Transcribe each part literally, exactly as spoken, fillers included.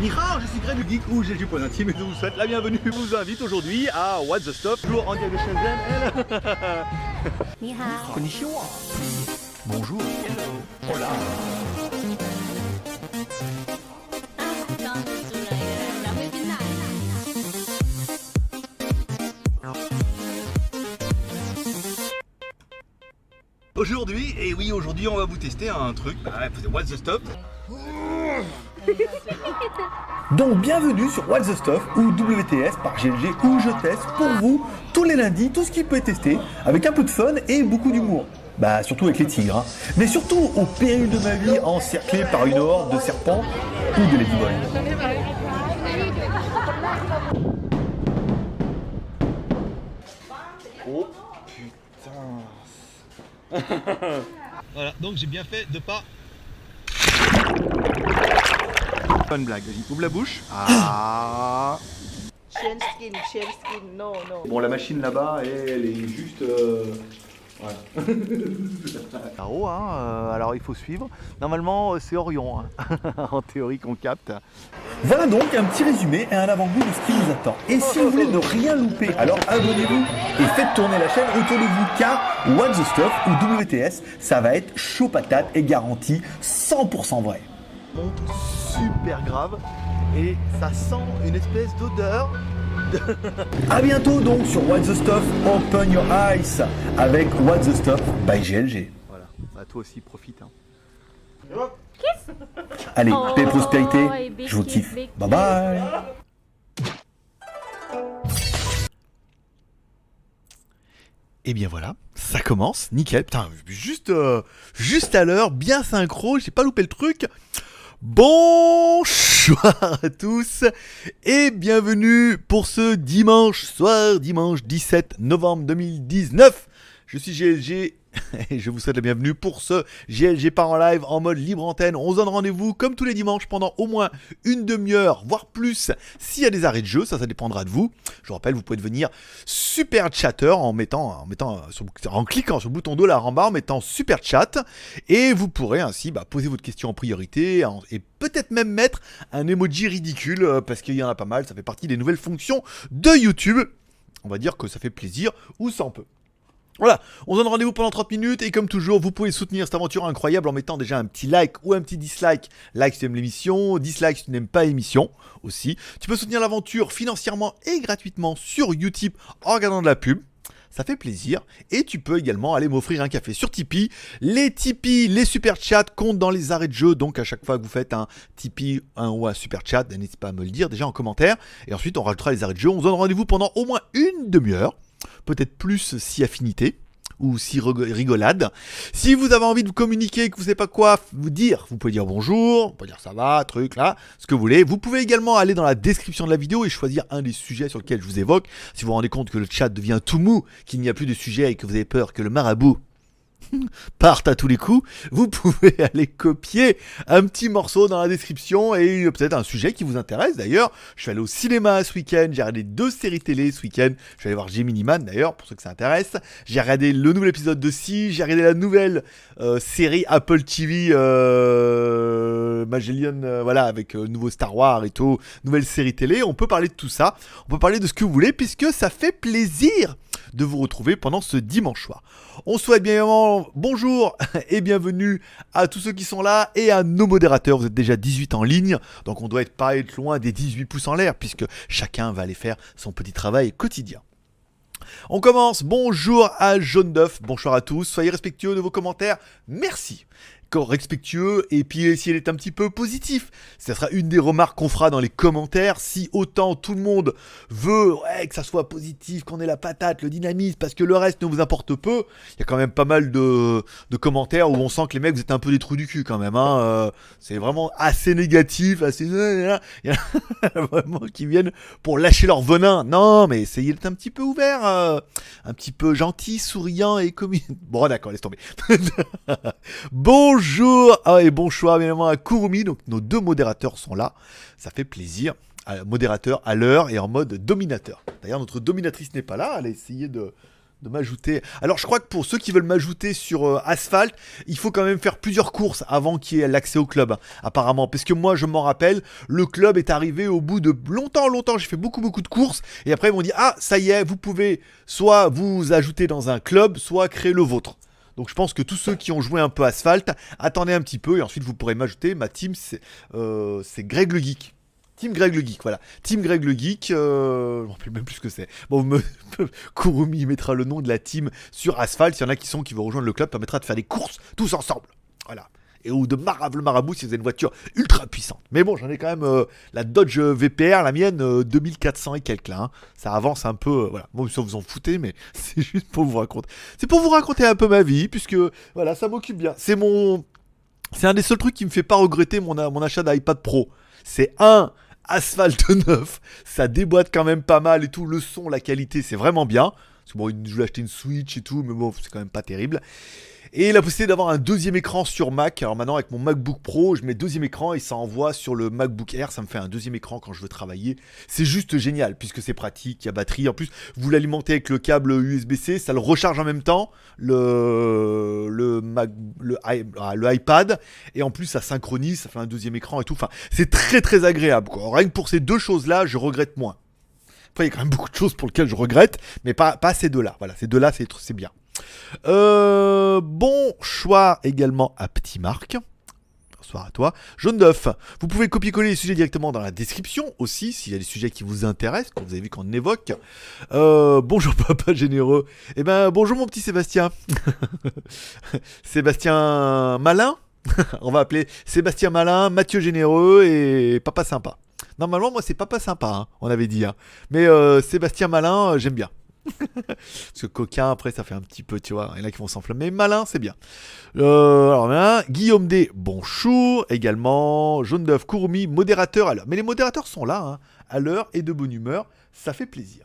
Ni hao, je suis Greg le Geek ou G G Point Intime et je vous souhaite la bienvenue. Je vous invite aujourd'hui à What the Stuff, toujours en direct de Shenzhen. Ni hao. Konnichiwa. Bonjour. Hello. Hola. Aujourd'hui, et oui, aujourd'hui on va vous tester un truc, bah, What the Stuff. Donc bienvenue sur What the Stuff ou W T S par G L G où je teste pour vous tous les lundis tout ce qui peut être testé avec un peu de fun et beaucoup d'humour. Bah surtout avec les tigres, hein. Mais surtout au péril de ma vie encerclé par une horde de serpents ou de ladyboys. Oh putain. Voilà, donc j'ai bien fait de pas... Bonne blague, vas-y, ouvre la bouche. Ah. Change skin, change skin, no, no. Bon la machine là-bas elle est juste... Euh... Voilà. Oh, hein, euh, alors il faut suivre. Normalement c'est Orion, hein. En théorie qu'on capte. Voilà donc un petit résumé et un avant-goût de ce qui vous attend. Et si vous voulez ne rien louper, alors abonnez-vous et faites tourner la chaîne autour de vous car What the Stuff ou W T S, ça va être chaud patate et garanti cent pour cent vrai. Monte super grave et ça sent une espèce d'odeur. A bientôt donc sur What the Stuff, Open Your Eyes avec What the Stuff by G L G. Voilà, bah, toi aussi profite. Hein. Allez, Oh, paix et prospérité, oh, et big je vous kiss, kiffe. big Bye bye. Et bien voilà, ça commence, nickel. Putain, juste, euh, juste à l'heure, bien synchro, j'ai pas loupé le truc. Bonsoir à tous et bienvenue pour ce dimanche soir, dimanche dix-sept novembre deux mille dix-neuf. Je suis G L G et je vous souhaite la bienvenue pour ce G L G part en live en mode libre antenne. On se donne rendez-vous comme tous les dimanches pendant au moins une demi-heure, voire plus, s'il y a des arrêts de jeu, ça, ça dépendra de vous. Je vous rappelle, vous pouvez devenir super chatter en mettant, en mettant, sur, en cliquant sur le bouton dollar en bas, en mettant super chat, et vous pourrez ainsi bah, poser votre question en priorité en, et peut-être même mettre un emoji ridicule euh, parce qu'il y en a pas mal. Ça fait partie des nouvelles fonctions de YouTube. On va dire que ça fait plaisir ou ça en peut. Voilà, on se donne rendez-vous pendant trente minutes et comme toujours, vous pouvez soutenir cette aventure incroyable en mettant déjà un petit like ou un petit dislike. Like si tu aimes l'émission, dislike si tu n'aimes pas l'émission aussi. Tu peux soutenir l'aventure financièrement et gratuitement sur YouTube en regardant de la pub. Ça fait plaisir. Et tu peux également aller m'offrir un café sur Tipeee. Les Tipeee, les super chats comptent dans les arrêts de jeu. Donc à chaque fois que vous faites un Tipeee un, ou un super chat, n'hésitez pas à me le dire déjà en commentaire. Et ensuite on rajoutera les arrêts de jeu. On se donne rendez-vous pendant au moins une demi-heure. Peut-être plus si affinité ou si rigolade. Si vous avez envie de vous communiquer, que vous ne savez pas quoi vous dire, vous pouvez dire bonjour, vous pouvez dire ça va, truc là, ce que vous voulez. Vous pouvez également aller dans la description de la vidéo et choisir un des sujets sur lesquels je vous évoque. Si vous vous rendez compte que le chat devient tout mou, qu'il n'y a plus de sujet et que vous avez peur que le marabout partent à tous les coups, vous pouvez aller copier un petit morceau dans la description et peut-être un sujet qui vous intéresse. D'ailleurs, je suis allé au cinéma ce week-end, j'ai regardé deux séries télé ce week-end, je suis allé voir Gemini Man d'ailleurs, pour ceux que ça intéresse, j'ai regardé le nouvel épisode de Si, j'ai regardé la nouvelle euh, série Apple T V euh, Magellan, euh, voilà, avec euh, nouveau Star Wars et tout, nouvelle série télé. On peut parler de tout ça, on peut parler de ce que vous voulez puisque ça fait plaisir de vous retrouver pendant ce dimanche soir. On souhaite bien évidemment bonjour et bienvenue à tous ceux qui sont là et à nos modérateurs. Vous êtes déjà dix-huit en ligne, donc on doit être pas être loin des dix-huit pouces en l'air puisque chacun va aller faire son petit travail quotidien. On commence. Bonjour à Jaune d'œuf, bonjour à tous. Soyez respectueux de vos commentaires. Merci. Respectueux et puis si elle est un petit peu positif, ça sera une des remarques qu'on fera dans les commentaires. Si autant tout le monde veut ouais, que ça soit positif, qu'on ait la patate, le dynamisme, parce que le reste ne vous importe peu, il y a quand même pas mal de, de commentaires où on sent que les mecs vous êtes un peu des trous du cul quand même, hein. euh, c'est vraiment assez négatif, assez... il y en a vraiment qui viennent pour lâcher leur venin. Non mais essayez d'être un petit peu ouvert, euh, un petit peu gentil, souriant et commun. Bon d'accord, laisse tomber. Bonjour Bonjour ah, et bon choix évidemment à Kurumi, donc nos deux modérateurs sont là, ça fait plaisir, modérateur à l'heure et en mode dominateur. D'ailleurs notre dominatrice n'est pas là, elle a essayé de, de m'ajouter. Alors je crois que pour ceux qui veulent m'ajouter sur euh, Asphalt, il faut quand même faire plusieurs courses avant qu'il y ait l'accès au club, hein, apparemment. Parce que moi je m'en rappelle, le club est arrivé au bout de longtemps, longtemps, j'ai fait beaucoup beaucoup de courses, et après ils m'ont dit, ah ça y est, vous pouvez soit vous ajouter dans un club, soit créer le vôtre. Donc je pense que tous ceux qui ont joué un peu Asphalt, attendez un petit peu, et ensuite vous pourrez m'ajouter. Ma team c'est, euh, c'est Greg le Geek. Team Greg le Geek, voilà. Team Greg le Geek, euh, je ne me rappelle même plus ce que c'est. Bon, me... Kurumi mettra le nom de la team sur Asphalt. S'il y en a qui sont qui vont rejoindre le club, permettra de faire des courses tous ensemble. Voilà. Et ou de marave le marabout si vous avez une voiture ultra puissante. Mais bon, j'en ai quand même euh, la Dodge V P R, la mienne, euh, deux mille quatre cents et quelques là. Hein. Ça avance un peu, euh, voilà. Bon, ça vous en foutez, mais c'est juste pour vous raconter. C'est pour vous raconter un peu ma vie, puisque voilà, ça m'occupe bien. C'est mon, c'est un des seuls trucs qui me fait pas regretter mon, mon achat d'iPad Pro. C'est un Asphalt neuf, ça déboîte quand même pas mal et tout, le son, la qualité, c'est vraiment bien. Parce que bon, je voulais acheter une Switch et tout, mais bon, c'est quand même pas terrible. Et la possibilité d'avoir un deuxième écran sur Mac. Alors maintenant avec mon MacBook Pro, je mets deuxième écran et ça envoie sur le MacBook Air. Ça me fait un deuxième écran quand je veux travailler. C'est juste génial puisque c'est pratique, il y a batterie. En plus, vous l'alimentez avec le câble U S B C, ça le recharge en même temps, le, le, Mac, le, le iPad. Et en plus, ça synchronise, ça fait un deuxième écran et tout. Enfin, c'est très très agréable, quoi. Rien que pour ces deux choses-là, je regrette moins. Après, il y a quand même beaucoup de choses pour lesquelles je regrette, mais pas, pas ces deux-là. Voilà, ces deux-là, c'est, c'est bien. Euh, bon choix également à Petit Marc. Bonsoir à toi. Jaune d'œuf. Vous pouvez copier-coller les sujets directement dans la description aussi, s'il y a des sujets qui vous intéressent, comme vous avez vu qu'on évoque. Euh, bonjour papa généreux. Eh ben bonjour mon petit Sébastien. Sébastien Malin. On va appeler Sébastien Malin, Mathieu Généreux et Papa Sympa. Normalement moi c'est Papa Sympa, hein, on avait dit. Hein. Mais euh, Sébastien Malin, euh, j'aime bien. Parce que coquin, après, ça fait un petit peu, tu vois. Il y en a qui vont s'enflammer. Mais malin, c'est bien. Euh, alors, là, Guillaume D. Bonjour. Également, Jaune d'œuf, Kurumi, modérateur à l'heure. Mais les modérateurs sont là, hein, à l'heure et de bonne humeur. Ça fait plaisir.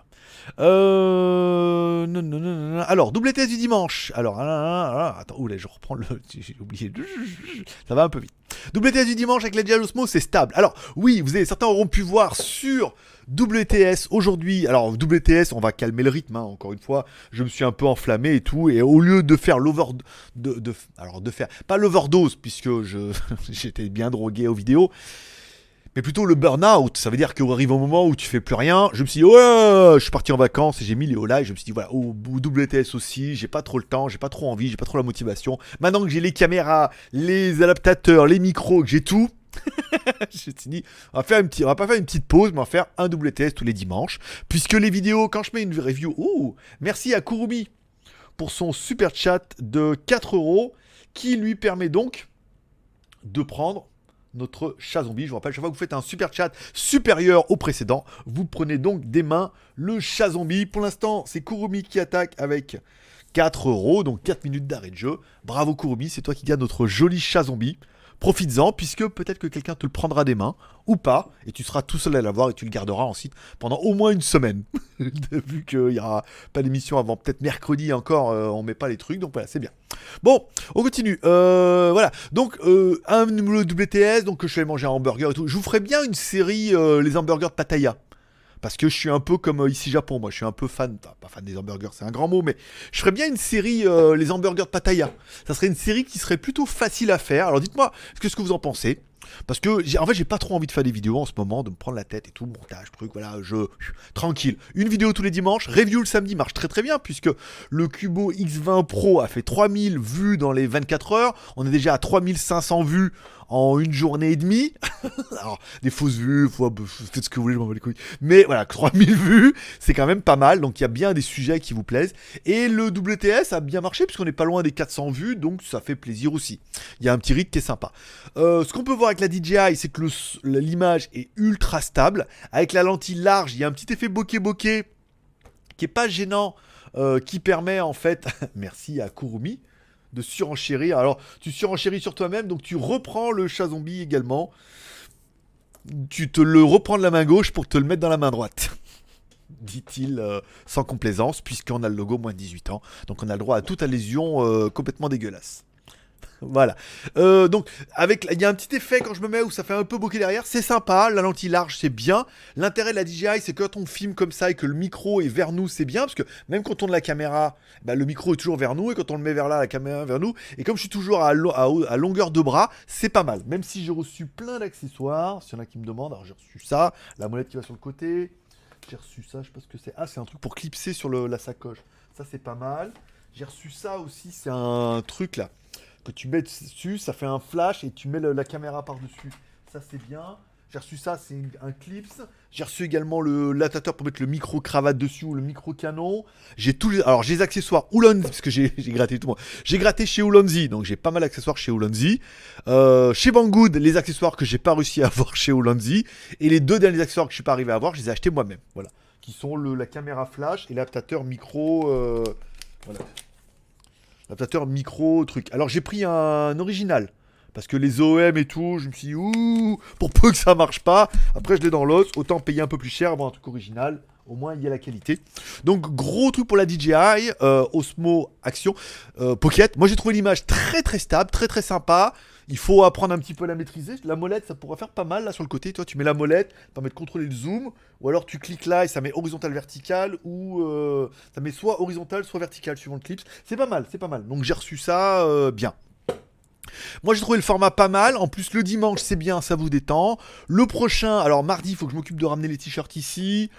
Euh... Non, non, non, non. Alors, double T S du dimanche. Alors, attends, oula, je reprends le. J'ai oublié. Ça va un peu vite. Double T S du dimanche avec la Dial Osmo, c'est stable. Alors, oui, vous avez, certains auront pu voir sur W T S aujourd'hui. Alors, W T S, on va calmer le rythme, hein, encore une fois. Je me suis un peu enflammé et tout. Et au lieu de faire l'over. De, de, alors, de faire. Pas l'overdose, puisque je, j'étais bien drogué aux vidéos. Mais plutôt le burn-out, ça veut dire qu'arrive un moment où tu fais plus rien. Je me suis dit, ouais, je suis parti en vacances et j'ai mis les live. Je me suis dit, voilà, au, au W T S aussi, j'ai pas trop le temps, j'ai pas trop envie, j'ai pas trop la motivation. Maintenant que j'ai les caméras, les adaptateurs, les micros, que j'ai tout, je me suis dit, on va, faire une petite, on va pas faire une petite pause, mais on va faire un W T S tous les dimanches. Puisque les vidéos, quand je mets une review, oh, merci à Kurumi pour son super chat de quatre euros qui lui permet donc de prendre notre chat zombie. Je vous rappelle, chaque fois que vous faites un super chat supérieur au précédent, vous prenez donc des mains le chat zombie. Pour l'instant, c'est Kurumi qui attaque avec quatre euros, donc quatre minutes d'arrêt de jeu. Bravo Kurumi, c'est toi qui gagne notre joli chat zombie. Profites-en, puisque peut-être que quelqu'un te le prendra des mains, ou pas, et tu seras tout seul à l'avoir, et tu le garderas ensuite pendant au moins une semaine. Vu qu'il n'y aura pas d'émission avant peut-être mercredi encore, euh, on met pas les trucs, donc voilà, c'est bien. Bon, on continue. Euh, voilà, donc euh, un W T S, donc je vais manger un hamburger et tout. Je vous ferai bien une série, euh, les hamburgers de Pattaya. Parce que je suis un peu comme euh, ici Japon, moi je suis un peu fan, enfin, pas fan des hamburgers, c'est un grand mot, mais je ferais bien une série, euh, les hamburgers de Pattaya. Ça serait une série qui serait plutôt facile à faire. Alors dites-moi, ce que vous en pensez. Parce que, j'ai, en fait, j'ai pas trop envie de faire des vidéos en ce moment, de me prendre la tête et tout, montage, truc, voilà, je... Tranquille. Une vidéo tous les dimanches, review le samedi marche très très bien, puisque le Cubo X vingt Pro a fait trois mille vues dans les vingt-quatre heures, on est déjà à trois mille cinq cents vues en une journée et demie. Alors, des fausses vues, faut, faites ce que vous voulez, je m'en bats les couilles. Mais voilà, trois mille vues, c'est quand même pas mal, donc il y a bien des sujets qui vous plaisent. Et le W T S a bien marché, puisqu'on n'est pas loin des quatre cents vues, donc ça fait plaisir aussi. Il y a un petit rythme qui est sympa. Euh, ce qu'on peut voir avec la D J I, c'est que le, l'image est ultra stable. Avec la lentille large, il y a un petit effet bokeh-bokeh qui est pas gênant, euh, qui permet en fait, merci à Kurumi, de surenchérir. Alors, tu surenchéris sur toi-même, donc tu reprends le chat zombie également. Tu te le reprends de la main gauche pour te le mettre dans la main droite. Dit-il euh, sans complaisance, puisqu'on a le logo moins de dix-huit ans. Donc on a le droit à toute allusion euh, complètement dégueulasse. Voilà. Euh, donc, avec, il y a un petit effet quand je me mets où ça fait un peu bokeh derrière. C'est sympa. La lentille large, c'est bien. L'intérêt de la D J I, c'est que quand on filme comme ça et que le micro est vers nous, c'est bien. Parce que même quand on tourne la caméra, bah, le micro est toujours vers nous. Et quand on le met vers là, la caméra est vers nous. Et comme je suis toujours à, lo- à, à longueur de bras, c'est pas mal. Même si j'ai reçu plein d'accessoires. S'il y en a qui me demandent, alors j'ai reçu ça. La molette qui va sur le côté. J'ai reçu ça, je sais pas ce que c'est. Ah, c'est un truc pour clipser sur le, la sacoche. Ça, c'est pas mal. J'ai reçu ça aussi. C'est un truc là. Que tu mets dessus, ça fait un flash et tu mets le- la caméra par-dessus. Ça, c'est bien. J'ai reçu ça, c'est une- un clips. J'ai reçu également le l'adaptateur pour mettre le micro-cravate dessus ou le micro-canon. J'ai tous les... Alors, j'ai les accessoires Ulanzi, parce que j'ai j'ai gratté tout le monde. J'ai gratté chez Ulanzi, donc j'ai pas mal d'accessoires chez Ulanzi. Euh, chez Banggood, les accessoires que j'ai pas réussi à avoir chez Ulanzi. Et les deux derniers accessoires que je suis pas arrivé à avoir, je les ai achetés moi-même. Voilà. Qui sont le, la caméra flash et l'adaptateur micro... euh, Voilà. Adaptateur micro truc. Alors j'ai pris un original. Parce que les O M et tout, je me suis dit, ouh, pour peu que ça marche pas. Après je l'ai dans l'os, autant payer un peu plus cher, avoir un truc original. Au moins il y a la qualité. Donc gros truc pour la D J I, euh, Osmo Action, euh, Pocket. Moi j'ai trouvé l'image très très stable, très très sympa. Il faut apprendre un petit peu à la maîtriser. La molette, ça pourrait faire pas mal là sur le côté. Toi, tu mets la molette, ça permet de contrôler le zoom. Ou alors tu cliques là et ça met horizontal, vertical. Ou euh, ça met soit horizontal, soit vertical suivant le clip. C'est pas mal, c'est pas mal. Donc j'ai reçu ça euh, bien. Moi j'ai trouvé le format pas mal. En plus le dimanche c'est bien, ça vous détend. Le prochain, alors mardi, il faut que je m'occupe de ramener les t-shirts ici.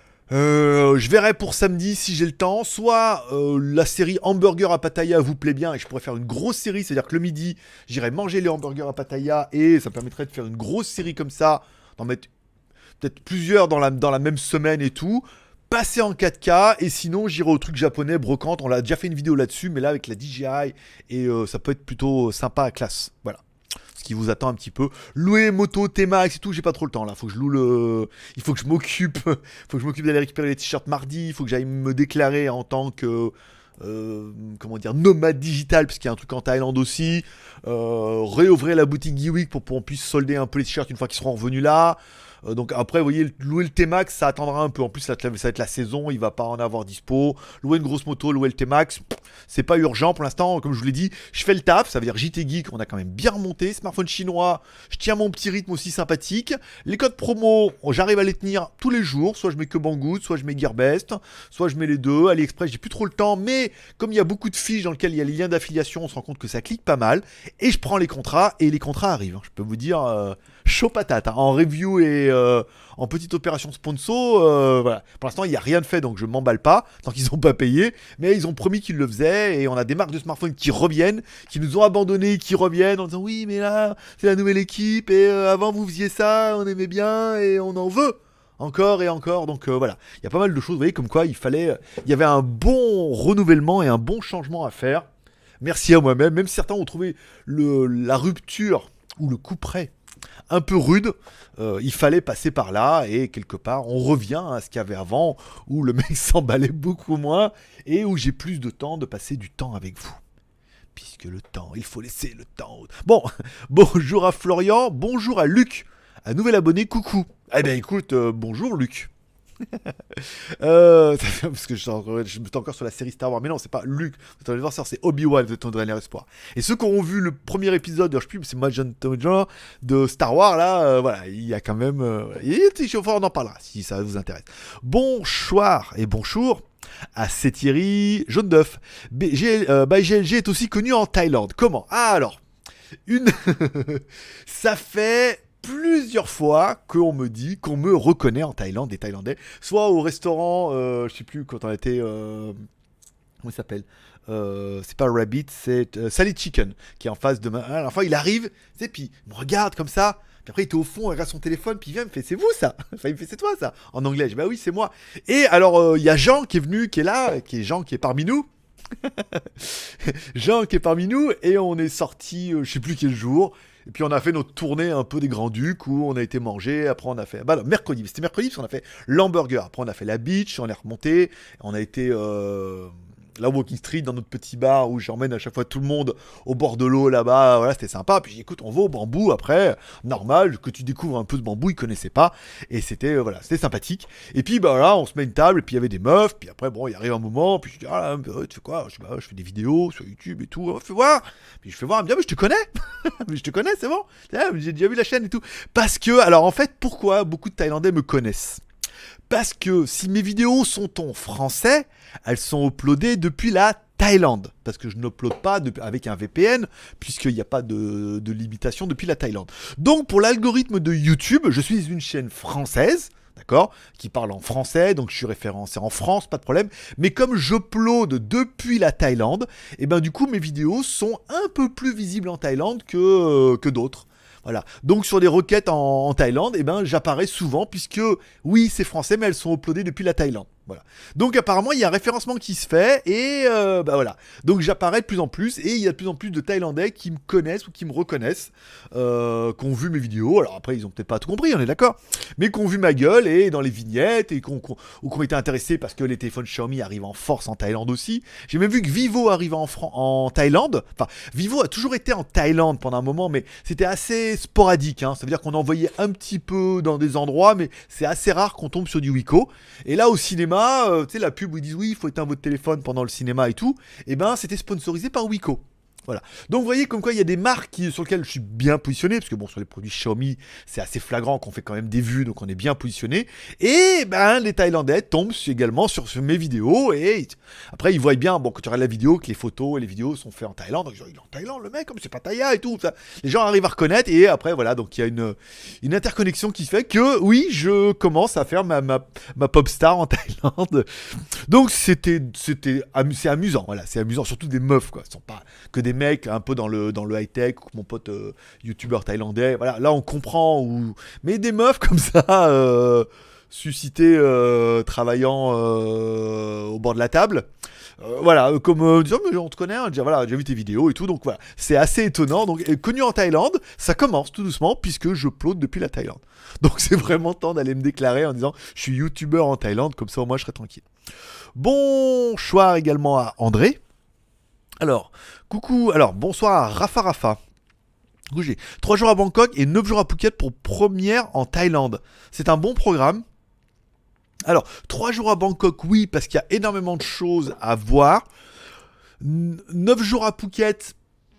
Euh, je verrai pour samedi si j'ai le temps. Soit euh, la série hamburger à Pattaya vous plaît bien et je pourrais faire une grosse série, c'est-à-dire que le midi j'irai manger les hamburgers à Pattaya et ça me permettrait de faire une grosse série comme ça, d'en mettre peut-être plusieurs dans la, dans la même semaine et tout. Passer en quatre K et sinon j'irai au truc japonais brocante. On a déjà fait une vidéo là-dessus, mais là avec la D J I et euh, ça peut être plutôt sympa à classe. Voilà. Ce qui vous attend un petit peu. Louer moto, T-Max et tout, j'ai pas trop le temps là. Faut que je loue le. Il faut que je m'occupe. Faut que je m'occupe d'aller récupérer les t-shirts mardi. Il faut que j'aille me déclarer en tant que. Euh, comment dire, nomade digital, parce qu'il y a un truc en Thaïlande aussi. Euh, réouvrir la boutique Geekweek pour qu'on puisse solder un peu les t-shirts une fois qu'ils seront revenus là. Euh, donc après, vous voyez, louer le T-Max, ça attendra un peu. En plus, ça va être la saison, il va pas en avoir dispo. Louer une grosse moto, louer le T-Max, c'est pas urgent pour l'instant. Comme je vous l'ai dit, je fais le taf, ça veut dire J T Geek, on a quand même bien remonté. Smartphone chinois, je tiens mon petit rythme aussi sympathique. Les codes promo, j'arrive à les tenir tous les jours. Soit je mets que Banggood, soit je mets Gearbest, soit je mets les deux. AliExpress, j'ai plus trop le temps, mais comme il y a beaucoup de fiches dans lesquelles il y a les liens d'affiliation, on se rend compte que ça clique pas mal. Et je prends les contrats, et les contrats arrivent. Je peux vous dire, euh, chaud patate, hein, en review et euh, en petite opération sponsor. Euh, voilà. Pour l'instant, il n'y a rien de fait, donc je m'emballe pas, tant qu'ils n'ont pas payé. Mais ils ont promis qu'ils le faisaient, et on a des marques de smartphones qui reviennent, qui nous ont abandonnés, qui reviennent en disant oui, mais là, c'est la nouvelle équipe, et euh, avant vous faisiez ça, on aimait bien, et on en veut. Encore et encore, donc euh, voilà, il y a pas mal de choses, vous voyez, comme quoi il fallait, il y avait un bon renouvellement et un bon changement à faire. Merci à moi-même, même si certains ont trouvé le, la rupture ou le coup près un peu rude, euh, il fallait passer par là et quelque part on revient à ce qu'il y avait avant où le mec s'emballait beaucoup moins et où j'ai plus de temps de passer du temps avec vous. Puisque le temps, il faut laisser le temps. Bon, bonjour à Florian, bonjour à Luc, un nouvel abonné, coucou. Eh bien écoute, euh, bonjour Luc. euh, parce que je suis encore sur la série Star Wars, mais non, c'est pas Luke, votre adversaire, c'est Obi-Wan de ton dernier espoir. Et ceux qui ont vu le premier épisode, je sais plus, c'est John Tower de Star Wars, là, euh, voilà, il y a quand même. Euh, il est chauffeur, on en parlera si ça vous intéresse. Bonsoir et bonjour à C. Thierry Jaune d'œuf. B G L, euh, by G L G est aussi connu en Thaïlande. Comment? Ah alors, une. Ça fait plusieurs fois qu'on me dit qu'on me reconnaît en Thaïlande, des Thaïlandais, soit au restaurant, euh, je sais plus quand on était, euh, comment il s'appelle, euh, c'est pas Rabbit, c'est euh, Sally Chicken, qui est en face de ma. À la fois il arrive, tu sais, puis il me regarde comme ça, puis après il était au fond, il regarde son téléphone, puis il vient, il me fait c'est vous ça, enfin il me fait c'est toi ça, en anglais, je dis bah oui c'est moi. Et alors il euh, y a Jean qui est venu, qui est là, qui est Jean qui est parmi nous. Jean qui est parmi nous et on est sorti, euh, je sais plus quel jour. Et puis on a fait notre tournée un peu des Grands Ducs où on a été manger, après on a fait... Bah non, mercredi, c'était mercredi parce qu'on a fait l'hamburger, après on a fait la beach, on est remonté, on a été... Euh... la Walking Street dans notre petit bar où j'emmène à chaque fois tout le monde au bord de l'eau là-bas, voilà, c'était sympa. Puis écoute, on va au bambou après, normal que tu découvres un peu ce bambou, ils connaissaient pas et c'était euh, voilà, c'était sympathique. Et puis bah là, on se met une table et puis il y avait des meufs, puis après bon, il arrive un moment, puis je dis ah là, tu fais quoi? Je dis bah je fais des vidéos sur YouTube et tout, oh, fais voir. Puis je fais voir, elle me dit ah, mais je te connais. Mais je te connais, c'est bon. Ah, j'ai déjà vu la chaîne et tout. Parce que alors en fait, pourquoi beaucoup de Thaïlandais me connaissent? Parce que si mes vidéos sont en français, elles sont uploadées depuis la Thaïlande. Parce que je n'upload pas de, avec un V P N, puisqu'il n'y a pas de, de limitation depuis la Thaïlande. Donc pour l'algorithme de YouTube, je suis une chaîne française, d'accord, qui parle en français, donc je suis référencé en France, pas de problème. Mais comme j'upload depuis la Thaïlande, et ben du coup mes vidéos sont un peu plus visibles en Thaïlande que, euh, que d'autres. Voilà. Donc sur des requêtes en, en Thaïlande, eh ben, j'apparais souvent puisque oui c'est français mais elles sont uploadées depuis la Thaïlande. Voilà. Donc apparemment il y a un référencement qui se fait et euh, bah voilà. Donc j'apparais de plus en plus et il y a de plus en plus de Thaïlandais qui me connaissent ou qui me reconnaissent, euh, qui ont vu mes vidéos. Alors après ils ont peut-être pas tout compris, on est d'accord, mais qui ont vu ma gueule et dans les vignettes et qui ont, ou qui ont été intéressés parce que les téléphones Xiaomi arrivent en force en Thaïlande aussi. J'ai même vu que Vivo arrive en, Fran- en Thaïlande. Enfin Vivo a toujours été en Thaïlande pendant un moment, mais c'était assez sporadique. Hein. Ça veut dire qu'on envoyait un petit peu dans des endroits, mais c'est assez rare qu'on tombe sur du Wiko. Et là au cinéma, Euh, tu sais la pub où ils disent oui il faut éteindre votre téléphone pendant le cinéma et tout, et ben c'était sponsorisé par Wiko. Voilà. Donc vous voyez comme quoi il y a des marques qui, sur lesquelles je suis bien positionné, parce que bon sur les produits Xiaomi c'est assez flagrant qu'on fait quand même des vues, donc on est bien positionné. Et ben les Thaïlandais tombent également sur, sur mes vidéos et après ils voient bien, bon quand tu regardes la vidéo, que les photos et les vidéos sont faites en Thaïlande, donc ils disent, il est en Thaïlande le mec, comme c'est pas Thaïa et tout. Ça. Les gens arrivent à reconnaître et après voilà, donc il y a une, une interconnexion qui fait que oui je commence à faire ma, ma, ma pop star en Thaïlande. Donc c'était, c'était c'est amusant, voilà, c'est amusant, surtout des meufs quoi, ce sont pas que des mecs un peu dans le, dans le high-tech, mon pote euh, youtubeur thaïlandais, voilà, là on comprend, ou... mais des meufs comme ça, euh, suscitées, euh, travaillant euh, au bord de la table, euh, voilà, comme euh, disant, mais on te connaît, hein, déjà, voilà, j'ai vu tes vidéos et tout, donc voilà, c'est assez étonnant, donc et, connu en Thaïlande, ça commence tout doucement, puisque je upload depuis la Thaïlande, donc c'est vraiment temps d'aller me déclarer en disant, je suis youtubeur en Thaïlande, comme ça au moins je serai tranquille. Bonsoir également à André. Alors, coucou, alors bonsoir à Rafa Rafa. J'ai trois jours à Bangkok et neuf jours à Phuket pour première en Thaïlande. C'est un bon programme. Alors, trois jours à Bangkok, oui, parce qu'il y a énormément de choses à voir. neuf jours à Phuket,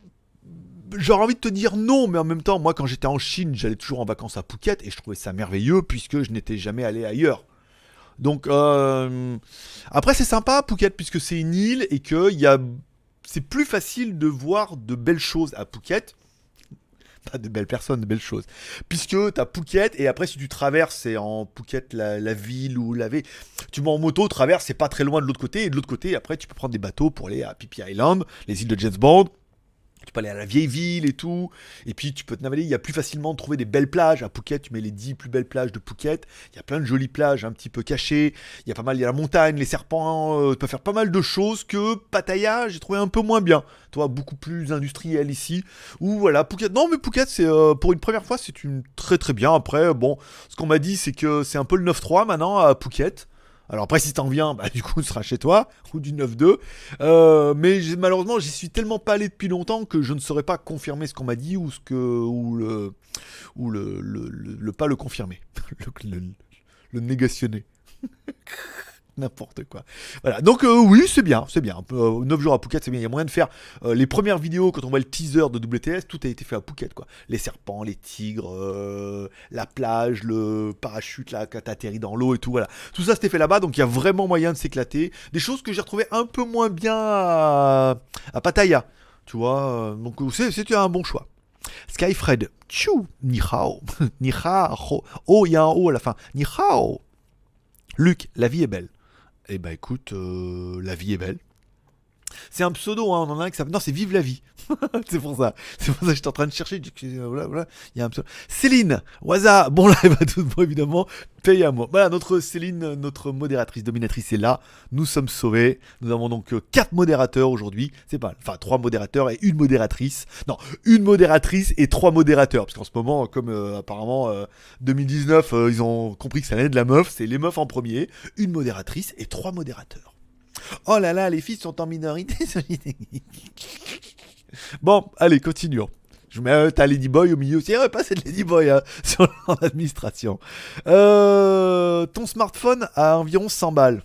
j'aurais envie de te dire non, mais en même temps, moi quand j'étais en Chine, j'allais toujours en vacances à Phuket et je trouvais ça merveilleux puisque je n'étais jamais allé ailleurs. Donc, euh... après c'est sympa Phuket puisque c'est une île et qu'il y a... c'est plus facile de voir de belles choses à Phuket. Pas de belles personnes, de belles choses. Puisque t'as Phuket, et après si tu traverses, c'est en Phuket la, la ville ou la ville. Tu vas en moto, traverses, c'est pas très loin de l'autre côté, et de l'autre côté, après tu peux prendre des bateaux pour aller à Phi Phi Island, les îles de James Bond. Tu peux aller à la vieille ville et tout. Et puis tu peux te naviguer. Il y a plus facilement de trouver des belles plages. À Phuket, tu mets les dix plus belles plages de Phuket. Il y a plein de jolies plages un petit peu cachées. Il y a pas mal, il y a la montagne, les serpents. Euh, tu peux faire pas mal de choses que Pattaya, j'ai trouvé un peu moins bien. Toi, beaucoup plus industriel ici. Ou voilà, Phuket. Non, mais Phuket, c'est euh, pour une première fois, c'est une très très bien. Après, bon, ce qu'on m'a dit, c'est que c'est un peu le neuf trois maintenant à Phuket. Alors après, si t'en viens, bah, du coup, ce sera chez toi, ou du neuf deux. Euh, mais malheureusement, j'y suis tellement pas allé depuis longtemps que je ne saurais pas confirmer ce qu'on m'a dit ou ce que ou le ou le le, le, le pas le confirmer, le, le, le négationner. N'importe quoi. Voilà. Donc euh, oui, c'est bien, c'est bien. Euh, neuf jours à Phuket, c'est bien. Il y a moyen de faire euh, les premières vidéos quand on voit le teaser de W T S, tout a été fait à Phuket, quoi. Les serpents, les tigres, euh, la plage, le parachute là quand t'atterris dans l'eau et tout. Voilà. Tout ça c'était fait là-bas, donc il y a vraiment moyen de s'éclater. Des choses que j'ai retrouvées un peu moins bien à, à Pattaya, tu vois. Donc c'est, c'est un bon choix. Skyfred, tchou, ni hao, ni hao. Oh, il y a un O à la fin. Ni hao. Luc, la vie est belle. Eh ben écoute, euh, la vie est belle. C'est un pseudo, hein, on en a un qui s'appelle... Non, c'est Vive la vie. C'est pour ça. C'est pour ça que j'étais en train de chercher. Voilà, voilà. Il y a un pseudo. Céline, Waza, bon live à tous, bon, évidemment. Paye à moi. Voilà, notre Céline, notre modératrice, dominatrice est là. Nous sommes sauvés. Nous avons donc euh, quatre modérateurs aujourd'hui. C'est pas... Enfin, trois modérateurs et une modératrice. Non, une modératrice et trois modérateurs. Parce qu'en ce moment, comme euh, apparemment euh, deux mille dix-neuf, euh, ils ont compris que ça allait de la meuf. C'est les meufs en premier. Une modératrice et trois modérateurs. Oh là là, les filles sont en minorité. Bon, allez, continuons. Je mets euh, t'as Ladyboy au milieu aussi. Ah ouais, pas cette Ladyboy hein, sur l'administration. Euh, ton smartphone a environ cent balles.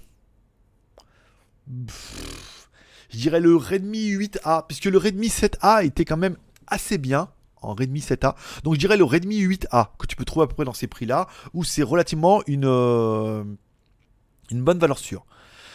Pff, je dirais le Redmi huit A, puisque le Redmi sept A était quand même assez bien en Redmi sept A. Donc je dirais le Redmi huit A, que tu peux trouver à peu près dans ces prix-là, où c'est relativement une, euh, une bonne valeur sûre.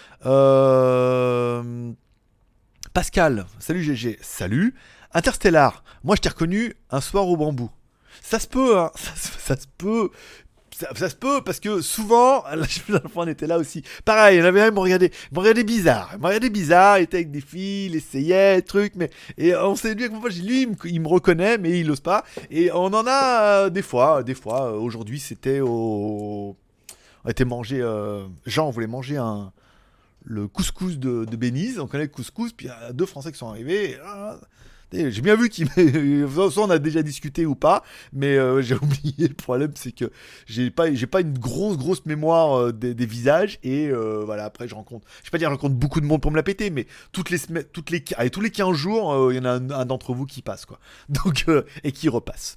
Euh... Pascal, salut G G, salut. Interstellar, moi je t'ai reconnu un soir au bambou. Ça se peut, hein, ça, ça se peut, ça, ça se peut parce que souvent, là, la fois on était là aussi. Pareil, il y en avait un, ils m'ont regardé, ils m'ont regardé bizarre, ils m'ont regardé bizarre, il était avec des filles, il essayait, truc, mais et on s'est dit avec mon pote, lui, il me, il me reconnaît, mais il n'ose pas. Et on en a euh, des fois, des fois. Euh, aujourd'hui, c'était au, on était mangé, euh... Jean voulait manger un le couscous de, de Bénize, on connaît le couscous, puis il y a deux Français qui sont arrivés. Et, ah, j'ai bien vu qu'il soit on a déjà discuté ou pas, mais euh, j'ai oublié. Le problème, c'est que j'ai pas, j'ai pas une grosse, grosse mémoire euh, des, des visages. Et euh, voilà, après, je rencontre, je vais pas dire, je rencontre beaucoup de monde pour me la péter, mais toutes les semaines, toutes les, allez, tous les quinze jours, il euh, y en a un, un d'entre vous qui passe, quoi. Donc, euh, et qui repasse.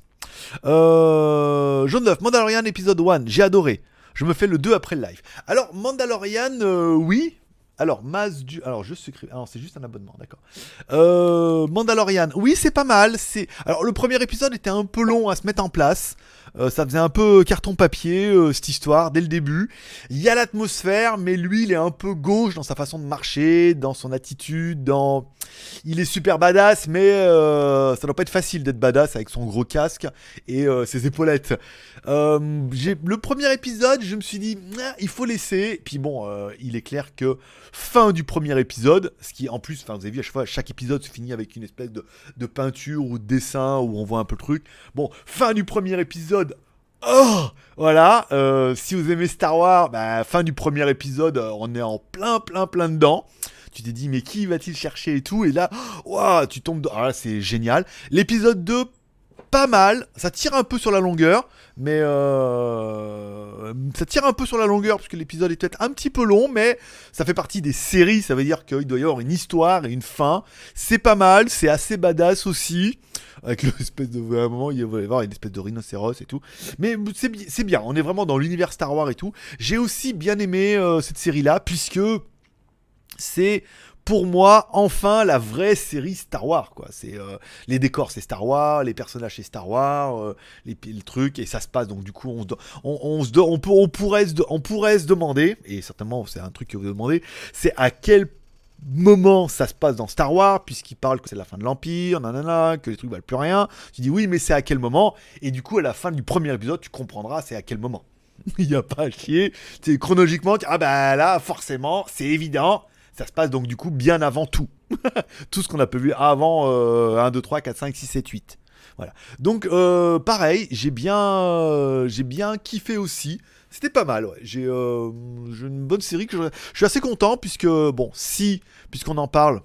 Euh, Jaune neuf, Mandalorian épisode un, j'ai adoré. Je me fais le deux après le live. Alors, Mandalorian, euh, oui. Alors, Maz du... Alors, je secret... Alors, c'est juste un abonnement, d'accord. Euh, Mandalorian, oui, c'est pas mal. C'est... Alors, le premier épisode était un peu long à se mettre en place. Euh, ça faisait un peu carton-papier, euh, cette histoire, dès le début. Il y a l'atmosphère, mais lui, il est un peu gauche dans sa façon de marcher, dans son attitude, dans... Il est super badass, mais euh, ça doit pas être facile d'être badass avec son gros casque et euh, ses épaulettes. Euh, j'ai... Le premier épisode, je me suis dit, ah, il faut laisser. Puis bon, euh, il est clair que fin du premier épisode, ce qui en plus, enfin vous avez vu à chaque fois, chaque épisode se finit avec une espèce de, de peinture ou de dessin où on voit un peu le truc. Bon, fin du premier épisode. Oh, voilà. Euh, si vous aimez Star Wars, bah, fin du premier épisode, euh, on est en plein, plein, plein dedans. Tu t'es dit mais qui va-t-il chercher et tout, et là, waouh, tu tombes. Ah là, c'est génial. L'épisode deux, pas mal. Ça tire un peu sur la longueur, mais euh... ça tire un peu sur la longueur parce que l'épisode est peut-être un petit peu long, mais ça fait partie des séries. Ça veut dire qu'il doit y avoir une histoire et une fin. C'est pas mal, c'est assez badass aussi. Avec l'espèce de. À un moment, il va y avoir une espèce de rhinocéros et tout. Mais c'est, c'est bien, on est vraiment dans l'univers Star Wars et tout. J'ai aussi bien aimé euh, cette série-là, puisque c'est. Pour moi, enfin, la vraie série Star Wars, quoi. C'est euh, les décors, c'est Star Wars, les personnages, c'est Star Wars, euh, les, les trucs, et ça se passe. Donc du coup, on, on, on, se, on, peut, on, pourrait se, on pourrait se demander, et certainement, c'est un truc que vous demandez, c'est à quel moment ça se passe dans Star Wars, puisqu'il parle que c'est la fin de l'Empire, nanana, que les trucs valent plus rien. Tu dis oui, mais c'est à quel moment? Et du coup, à la fin du premier épisode, tu comprendras c'est à quel moment. Il n'y a pas à chier. C'est chronologiquement, ah bah là, forcément, c'est évident. Ça se passe donc du coup bien avant tout. Tout ce qu'on a pu vu avant euh, un, deux, trois, quatre, cinq, six, sept, huit. Voilà. Donc euh, pareil, j'ai bien, euh, j'ai bien kiffé aussi. C'était pas mal, ouais. J'ai, euh, j'ai une bonne série que je, je suis assez content puisque, bon, si, puisqu'on en parle,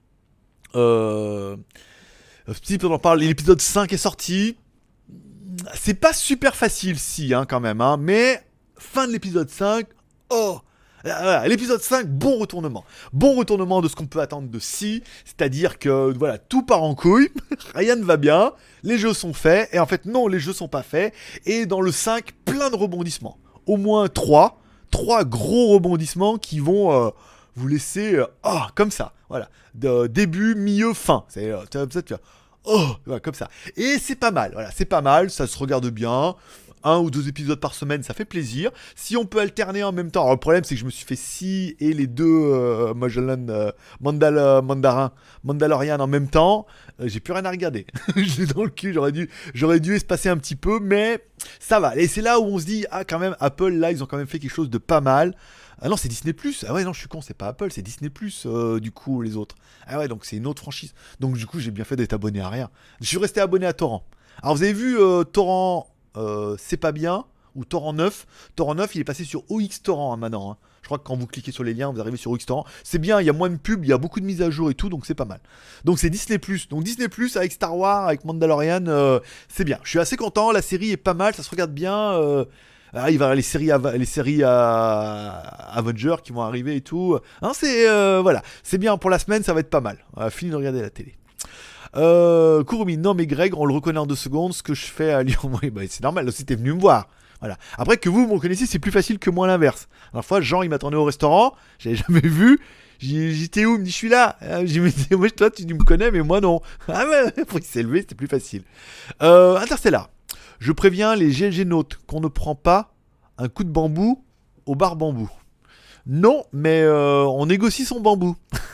euh, si on en parle, l'épisode cinq est sorti. C'est pas super facile, si, hein, quand même, hein, mais fin de l'épisode cinq, oh! Voilà, l'épisode cinq, bon retournement. Bon retournement de ce qu'on peut attendre de Si, c'est-à-dire que voilà, tout part en couille, rien ne va bien, les jeux sont faits, et en fait non, les jeux sont pas faits, et dans le cinq, plein de rebondissements. Au moins trois, trois gros rebondissements qui vont euh, vous laisser, euh, oh, comme ça, voilà, de début, milieu, fin. C'est euh, tu vas, tu vas, oh, voilà, comme ça. Et c'est pas mal, voilà, c'est pas mal, ça se regarde bien. Un ou deux épisodes par semaine, ça fait plaisir. Si on peut alterner en même temps. Alors le problème, c'est que je me suis fait Si et les deux euh, Magellan, euh, Mandal, euh, Mandarin, Mandalorian en même temps. Euh, j'ai plus rien à regarder. J'ai dans le cul. J'aurais dû, j'aurais dû espacer un petit peu, mais ça va. Et c'est là où on se dit, ah quand même, Apple là, ils ont quand même fait quelque chose de pas mal. Ah non, c'est Disney plus. Ah ouais, non, je suis con, c'est pas Apple, c'est Disney plus. Euh, du coup, les autres. Ah ouais, donc c'est une autre franchise. Donc du coup, j'ai bien fait d'être abonné à rien. Je suis resté abonné à Torrent. Alors vous avez vu euh, Torrent. Euh, c'est pas bien, ou Torrent neuf. Torrent neuf, il est passé sur O X Torrent hein, maintenant. Hein. Je crois que quand vous cliquez sur les liens, vous arrivez sur O X Torrent. C'est bien, il y a moins de pubs, il y a beaucoup de mises à jour et tout, donc c'est pas mal. Donc c'est Disney plus. Donc Disney plus avec Star Wars, avec Mandalorian, euh, c'est bien. Je suis assez content, la série est pas mal, ça se regarde bien. Euh, Ah, il va y avoir les séries, Ava- les séries à Avengers qui vont arriver et tout. Hein, c'est euh, voilà, c'est bien pour la semaine, ça va être pas mal. On va finir de regarder la télé. Euh, Kurumi, non mais Greg, on le reconnaît en deux secondes. Ce que je fais à Lyon, oui, bah, c'est normal. Aussi, t'es venu me voir. Voilà. Après que vous, vous me connaissez, c'est plus facile que moi l'inverse. La dernière fois, Jean, il m'attendait au restaurant, j'avais jamais vu. J'ai- J'étais où? Il me dit, je suis là. Euh, J'ai dit, moi, toi, tu me connais, mais moi, non. Ah ouais, il s'est levé, c'était plus facile. Euh, Interstellar. Je préviens les G L G Notes qu'on ne prend pas un coup de bambou au bar bambou. Non, mais euh, on négocie son bambou.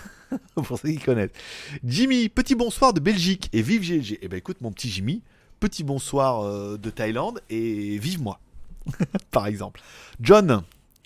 Pour ceux qui connaissent. Jimmy, petit bonsoir de Belgique et vive G L G. Eh ben écoute, mon petit Jimmy, petit bonsoir euh, de Thaïlande et vive moi. Par exemple. John.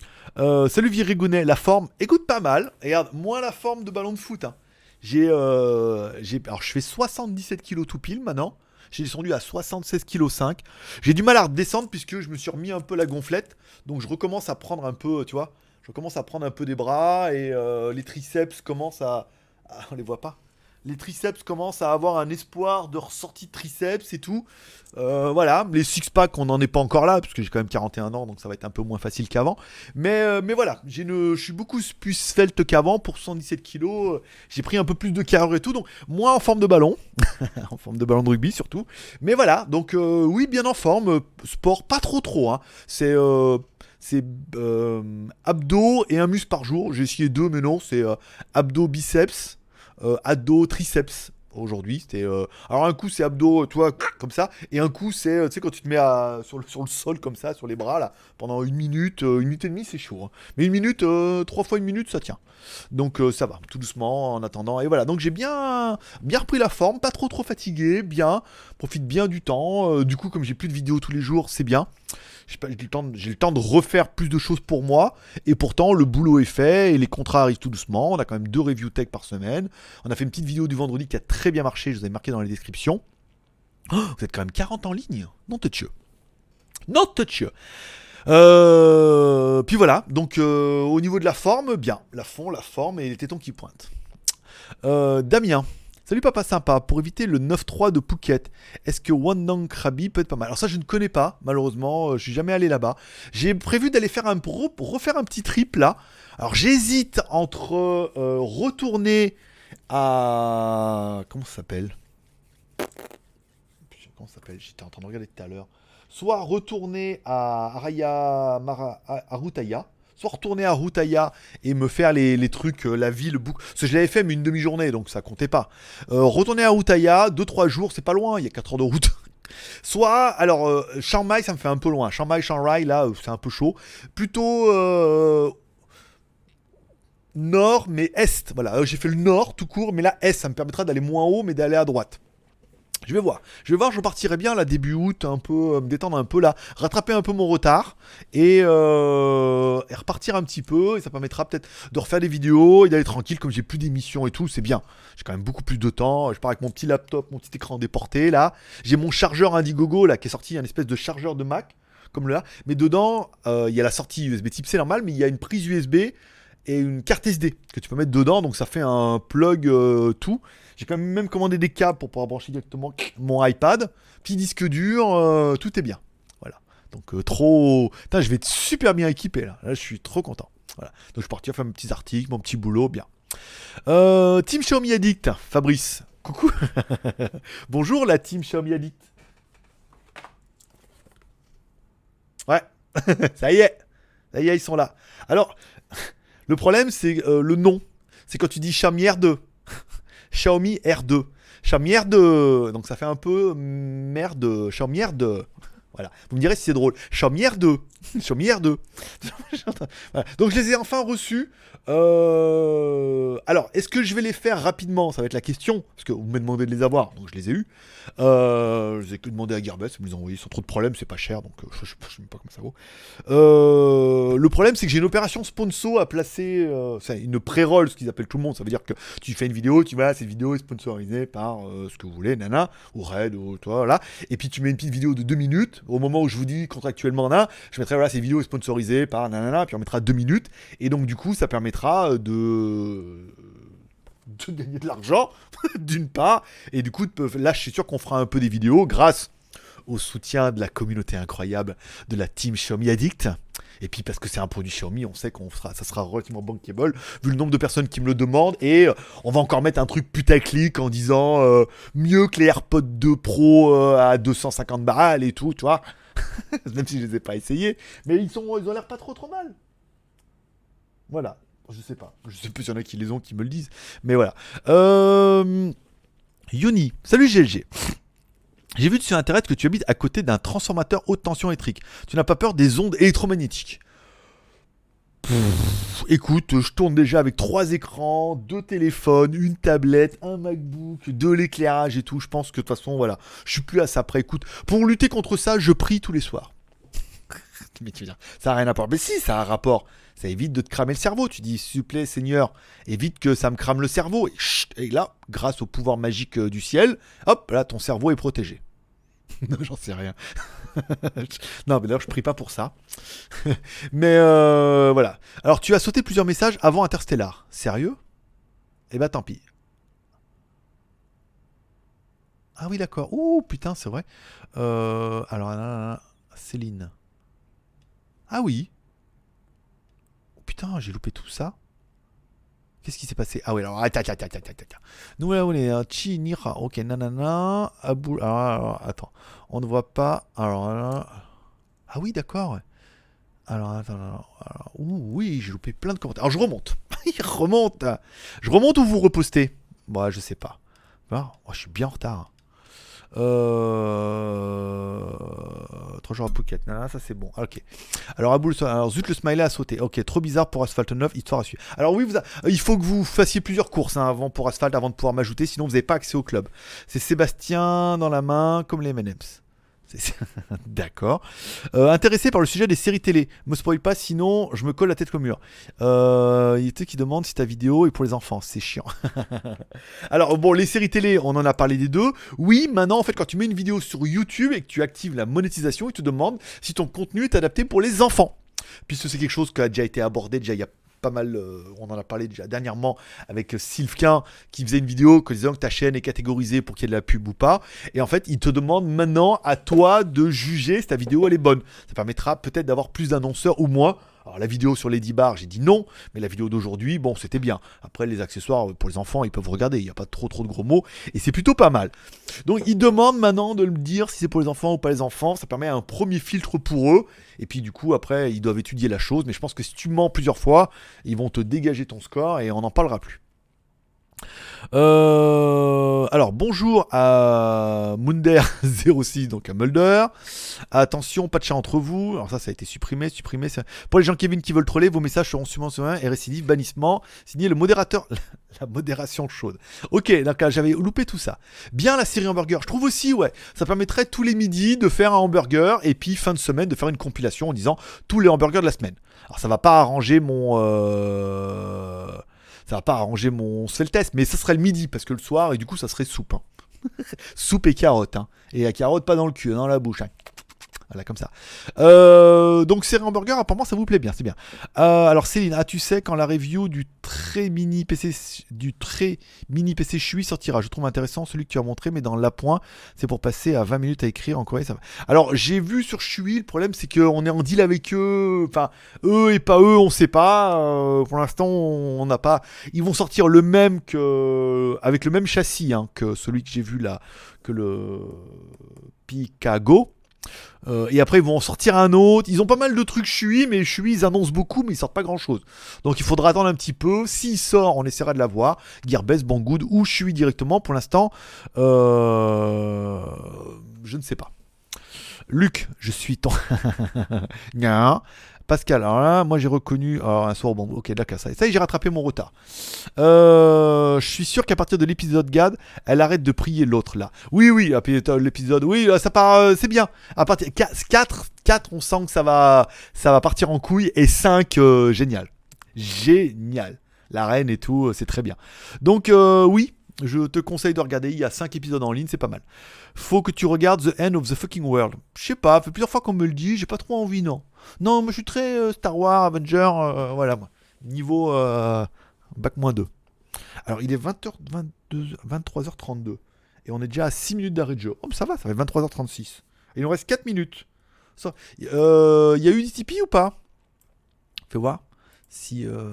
Euh, salut Virigounet, la forme, écoute pas mal. Regarde, moi la forme de ballon de foot. Hein. J'ai, euh, j'ai, alors je fais soixante-dix-sept kilos tout pile maintenant. J'ai descendu à soixante-seize virgule cinq kilos. J'ai du mal à redescendre puisque je me suis remis un peu la gonflette. Donc je recommence à prendre un peu, tu vois. Je recommence à prendre un peu des bras et euh, les triceps commencent à, à- on les voit pas. Les triceps commencent à avoir un espoir de ressortie de triceps et tout. Euh, voilà, les six-pack, on n'en est pas encore là, parce que j'ai quand même quarante et un ans, donc ça va être un peu moins facile qu'avant. Mais, euh, mais voilà, j'ai une, je suis beaucoup plus svelte qu'avant pour soixante-dix-sept kilos. J'ai pris un peu plus de calories et tout, donc moins en forme de ballon, en forme de ballon de rugby surtout. Mais voilà, donc euh, oui, bien en forme, euh, sport pas trop trop. Hein. C'est euh, c'est euh, abdos et un muscle par jour. J'ai essayé deux, mais non, c'est euh, abdos, biceps. Euh, abdos, triceps aujourd'hui. C'était euh... alors un coup c'est abdos, toi comme ça, et un coup c'est euh, tu sais quand tu te mets à... sur, le, sur le sol comme ça, sur les bras là, pendant une minute, euh, une minute et demie, c'est chaud. Hein. Mais une minute, euh, trois fois une minute, ça tient. Donc euh, ça va, tout doucement en attendant. Et voilà, donc j'ai bien, bien repris la forme, pas trop trop fatigué, bien, profite bien du temps. Euh, du coup, comme j'ai plus de vidéos tous les jours, c'est bien. J'ai pas- j'ai le temps de- j'ai le temps de refaire plus de choses pour moi. Et pourtant, le boulot est fait et les contrats arrivent tout doucement. On a quand même deux review tech par semaine. On a fait une petite vidéo du vendredi qui a très bien marché. Je vous ai marqué dans les descriptions. Oh, vous êtes quand même quarante en ligne. Non, touch. Non, touch. Euh, puis voilà. Donc, euh, au niveau de la forme, bien. La fond, la forme et les tétons qui pointent. Euh, Damien. Salut papa sympa, pour éviter le neuf trois de Phuket, est-ce que Wandang Krabi peut être pas mal? Alors ça je ne connais pas, malheureusement, euh, je suis jamais allé là-bas. J'ai prévu d'aller faire un re- refaire un petit trip là. Alors j'hésite entre euh, retourner à... Comment ça s'appelle? Comment ça s'appelle? J'étais en train de regarder tout à l'heure. Soit retourner à Araya Mara, à, à Rutaya, soit retourner à Rutaya et me faire les, les trucs, euh, la ville, bouc- parce que je l'avais fait mais une demi-journée, donc ça comptait pas. Euh, retourner à Rutaya, deux trois jours, c'est pas loin, il y a quatre heures de route. Soit, alors, euh, Chiang Mai, ça me fait un peu loin. Chiang Mai, Chiang Rai, là, euh, c'est un peu chaud. Plutôt euh, nord, mais est. Voilà, euh, j'ai fait le nord tout court, mais là, est, ça me permettra d'aller moins haut, mais d'aller à droite. Je vais voir. Je vais voir, je partirai bien là début août, un peu, euh, me détendre un peu là, rattraper un peu mon retard et, euh, et repartir un petit peu. Et ça permettra peut-être de refaire des vidéos et d'aller tranquille comme j'ai plus d'émissions et tout, c'est bien. J'ai quand même beaucoup plus de temps. Je pars avec mon petit laptop, mon petit écran déporté là. J'ai mon chargeur Indiegogo là qui est sorti, un espèce de chargeur de Mac comme là. Mais dedans, euh, il y a la sortie U S B type C normal, mais il y a une prise U S B et une carte S D que tu peux mettre dedans. Donc ça fait un plug euh, tout. J'ai quand même même commandé des câbles pour pouvoir brancher directement mon iPad. Petit disque dur, euh, tout est bien. Voilà. Donc euh, trop... Putain, je vais être super bien équipé là. Là, je suis trop content. Voilà. Donc je suis parti faire mes petits articles, mon petit boulot, bien. Euh, team Xiaomi Addict, Fabrice. Coucou. Bonjour la team Xiaomi Addict. Ouais. Ça y est. Ça y est, ils sont là. Alors, le problème, c'est euh, le nom. C'est quand tu dis Xiaomi R deux. Xiaomi R deux. Xiaomi R deux. Donc ça fait un peu merde. Xiaomi R deux. Voilà. Vous me direz si c'est drôle. Xiaomi R deux. Xiaomi R deux. Voilà. Donc je les ai enfin reçus. Euh... Alors, est-ce que je vais les faire rapidement? Ça va être la question. Parce que vous m'avez demandé de les avoir. Donc je les ai eus. Euh... Je les ai que demandé à Gearbest. Ils me les ont envoyés sans trop de problèmes. C'est pas cher. Donc je, je, je sais même pas comment ça vaut. Euh... Le problème, c'est que j'ai une opération sponsor à placer. Euh... C'est une pré-roll, ce qu'ils appellent tout le monde. Ça veut dire que tu fais une vidéo. Tu vois, cette vidéo est sponsorisée par euh, ce que vous voulez. Nana. Ou Red. Ou toi. Là. Et puis tu mets une petite vidéo de deux minutes. Au moment où je vous dis contractuellement, là, je mettrai voilà, ces vidéos sponsorisées par nanana. Puis on mettra deux minutes. Et donc, du coup, ça permettra de, de gagner de l'argent, d'une part. Et du coup, là, je suis sûr qu'on fera un peu des vidéos grâce au soutien de la communauté incroyable de la team Xiaomi Addict. Et puis parce que c'est un produit Xiaomi, on sait qu'on sera, ça sera relativement bankable, vu le nombre de personnes qui me le demandent. Et euh, on va encore mettre un truc putaclic en disant euh, mieux que les AirPods deux Pro euh, à deux cent cinquante balles et tout, tu vois. Même si je les ai pas essayés. Mais ils, sont, ils ont l'air pas trop trop mal. Voilà. Je sais pas. Je sais plus s'il y en a qui les ont, qui me le disent. Mais voilà. Euh... Yoni. Salut G L G. J'ai vu sur internet que tu habites à côté d'un transformateur haute tension électrique. Tu n'as pas peur des ondes électromagnétiques? Pff, écoute, je tourne déjà avec trois écrans, deux téléphones, une tablette, un MacBook, de l'éclairage et tout. Je pense que de toute façon, voilà, je suis plus à ça près. Écoute, pour lutter contre ça, je prie tous les soirs. Mais tu veux dire, ça n'a rien à voir. Mais si, ça a un rapport. Ça évite de te cramer le cerveau. Tu dis, s'il te plaît, Seigneur, évite que ça me crame le cerveau. Et, chut, et là, grâce au pouvoir magique euh, du ciel, hop, là, ton cerveau est protégé. Non, j'en sais rien. Non, mais d'ailleurs, je prie pas pour ça. Mais euh, voilà. Alors, tu as sauté plusieurs messages avant Interstellar. Sérieux? Eh ben, tant pis. Ah oui, d'accord. Ouh, putain, c'est vrai. Euh, alors, là, là, là, Céline. Ah oui. Oh, putain, j'ai loupé tout ça. Qu'est-ce qui s'est passé? Ah oui, alors, attends, attends, attends, attends, attends. Nous, là, on est Chi, Nira, ok, nanana, Abou, alors, alors, attends, on ne voit pas, alors, là, ah oui, d'accord, ouais. Alors, attends, alors, alors, ouh, oui, j'ai loupé plein de commentaires. Alors, je remonte, il remonte, je remonte ou vous repostez? Bon, ouais, je sais pas. Bon, oh, je suis bien en retard. Euh... trois jours à Phuket, non, ça c'est bon. Ok. Alors, Aboul, alors zut, le smiley a sauté. Ok, trop bizarre pour Asphalt neuf, histoire à suivre. Alors oui, vous a... il faut que vous fassiez plusieurs courses hein, avant pour Asphalt avant de pouvoir m'ajouter, sinon vous n'avez pas accès au club. C'est Sébastien dans la main, comme les M and M's. D'accord. Euh, intéressé par le sujet des séries télé. Me spoil pas, sinon je me colle la tête comme mur. Euh, il y a qui demande si ta vidéo est pour les enfants. C'est chiant. Alors bon, les séries télé, on en a parlé des deux. Oui, maintenant en fait, quand tu mets une vidéo sur YouTube et que tu actives la monétisation, il te demande si ton contenu est adapté pour les enfants. Puisque c'est quelque chose qui a déjà été abordé déjà il y a pas mal, euh, on en a parlé déjà dernièrement avec Sylvain qui faisait une vidéo que disant que ta chaîne est catégorisée pour qu'il y ait de la pub ou pas, et en fait il te demande maintenant à toi de juger si ta vidéo elle est bonne. Ça permettra peut-être d'avoir plus d'annonceurs ou moins. Alors la vidéo sur Lady Bar, j'ai dit non, mais la vidéo d'aujourd'hui, bon, c'était bien. Après, les accessoires pour les enfants, ils peuvent regarder, il n'y a pas trop trop de gros mots, et c'est plutôt pas mal. Donc ils demandent maintenant de me dire si c'est pour les enfants ou pas les enfants, ça permet un premier filtre pour eux, et puis du coup, après, ils doivent étudier la chose, mais je pense que si tu mens plusieurs fois, ils vont te dégager ton score, et on n'en parlera plus. Euh, alors bonjour à Munder zéro six, donc à Mulder. Attention, pas de chat entre vous. Alors ça, ça a été supprimé, supprimé. Ça... Pour les gens Kevin qui veulent troller, vos messages seront subventionnés et récidive, bannissement. Signé le modérateur, la modération chaude. Ok, donc j'avais loupé tout ça. Bien la série hamburger, je trouve aussi, ouais. Ça permettrait tous les midis de faire un hamburger et puis fin de semaine de faire une compilation en disant tous les hamburgers de la semaine. Alors ça va pas arranger mon... Euh... Ça va pas arranger mon test, mais ça serait le midi, parce que le soir, et du coup, ça serait soupe. Hein. Soupe et carotte. Hein. Et la carotte, pas dans le cul, dans la bouche. Hein. Voilà, comme ça. Euh, donc, série hamburger, apparemment, ça vous plaît bien, c'est bien. Euh, alors, Céline, ah, tu sais, quand la review du très mini P C, du très mini P C Chui sortira, je trouve intéressant celui que tu as montré, mais dans l'appoint, c'est pour passer à vingt minutes à écrire en Corée. Ça va. Alors, j'ai vu sur Chui, le problème, c'est qu'on est en deal avec eux, enfin, eux et pas eux, on sait pas. Euh, pour l'instant, on n'a pas. Ils vont sortir le même que. Avec le même châssis hein, que celui que j'ai vu là, que le Picago. Euh, et après ils vont en sortir un autre. Ils ont pas mal de trucs Chui, mais Chui ils annoncent beaucoup, mais ils sortent pas grand chose. Donc il faudra attendre un petit peu. S'il sort, on essaiera de l'avoir. Gearbest, Banggood ou Chui directement. Pour l'instant, euh... je ne sais pas. Luc, je suis ton. Pascal, alors là, moi j'ai reconnu. Alors, un soir au bambou. Ok, d'accord, ça, ça y est, j'ai rattrapé mon retard. Euh, je suis sûr qu'à partir de l'épisode G A D, elle arrête de prier l'autre là. Oui, oui, l'épisode, oui, ça part, c'est bien. À partir quatre, quatre, on sent que ça va, ça va partir en couille. Et cinq, euh, génial. Génial. La reine et tout, c'est très bien. Donc, euh, oui. Je te conseille de regarder, il y a cinq épisodes en ligne, c'est pas mal. Faut que tu regardes The End of the Fucking World. Je sais pas, ça fait plusieurs fois qu'on me le dit, j'ai pas trop envie, non. Non, moi je suis très euh, Star Wars, Avenger, euh, voilà, moi. Niveau euh, bac moins deux. Alors il est vingt heures vingt-deux, vingt-trois heures trente-deux. Et on est déjà à six minutes d'arrêt de jeu. Oh, ça va, ça fait vingt-trois heures trente-six. Il nous reste quatre minutes. Ça, euh, y a eu des Tipeee ou pas? Fais voir si euh,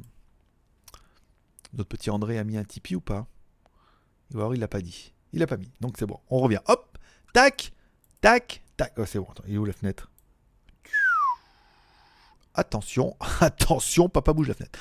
notre petit André a mis un Tipeee ou pas. Il va voir, il l'a pas dit. Il l'a pas mis. Donc c'est bon. On revient. Hop. Tac. Tac. Tac. Oh, c'est bon. Attends, il est où la fenêtre? Attention. Attention. Papa bouge la fenêtre.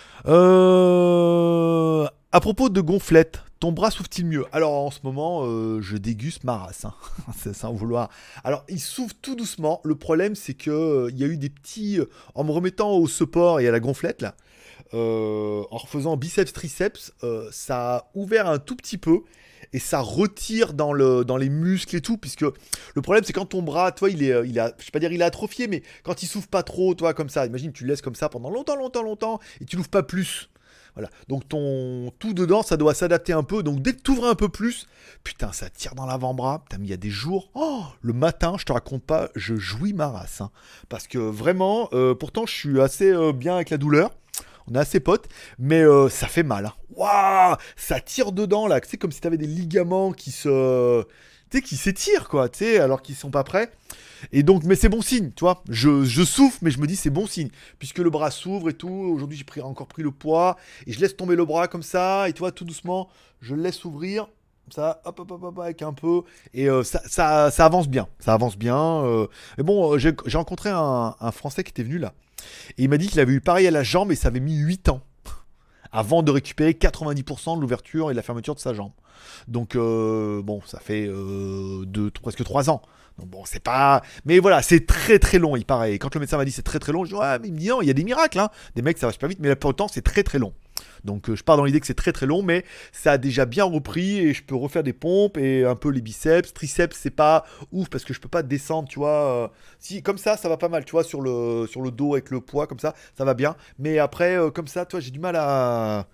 Euh... À propos de gonflette, ton bras s'ouvre-t-il mieux? Alors en ce moment, euh, je déguste ma race, hein. C'est sans vouloir. Alors il s'ouvre tout doucement. Le problème, c'est que euh, il y a eu des petits, euh, en me remettant au support et à la gonflette là, euh, en refaisant biceps triceps, euh, ça a ouvert un tout petit peu et ça retire dans le dans les muscles et tout, puisque le problème, c'est quand ton bras, toi, il est, il a, je vais pas dire il est atrophié, mais quand il s'ouvre pas trop, toi, comme ça, imagine tu le laisses comme ça pendant longtemps, longtemps, longtemps, et tu l'ouvres pas plus. Voilà, donc ton tout dedans, ça doit s'adapter un peu. Donc dès que tu ouvres un peu plus, putain, ça tire dans l'avant-bras. Putain, mais il y a des jours, oh, le matin, je te raconte pas, je jouis ma race. Hein, parce que vraiment, euh, pourtant, je suis assez euh, bien avec la douleur. On est assez potes, mais euh, ça fait mal. Hein. Waouh, ça tire dedans là. C'est comme si t'avais des ligaments qui se, tu sais, qui s'étirent quoi. Tu sais, alors qu'ils sont pas prêts. Et donc, mais c'est bon signe, tu vois. Je, je souffle, mais je me dis c'est bon signe, puisque le bras s'ouvre et tout. Aujourd'hui, j'ai pris, encore pris le poids et je laisse tomber le bras comme ça. Et tu vois, tout doucement, je le laisse ouvrir. Ça, hop, hop, hop, hop, avec un peu. Et euh, ça, ça, ça avance bien. Ça avance bien. Euh... Mais bon, euh, j'ai, j'ai rencontré un, un Français qui était venu là. Et il m'a dit qu'il avait eu pareil à la jambe et ça avait mis huit ans avant de récupérer quatre-vingt-dix pour cent de l'ouverture et de la fermeture de sa jambe. Donc, euh, bon, ça fait euh, deux, presque trois ans. Donc bon, c'est pas... Mais voilà, c'est très très long, il paraît. Et quand le médecin m'a dit c'est très très long, je dis ouais, mais il me dit non, il y a des miracles, hein. Des mecs, ça va super vite, mais là, pour autant, c'est très très long. Donc euh, je pars dans l'idée que c'est très très long, mais ça a déjà bien repris et je peux refaire des pompes et un peu les biceps. Triceps, c'est pas ouf parce que je peux pas descendre, tu vois. Euh, si, comme ça, ça va pas mal, tu vois, sur le, sur le dos avec le poids, comme ça, ça va bien. Mais après, euh, comme ça, toi, j'ai du mal à...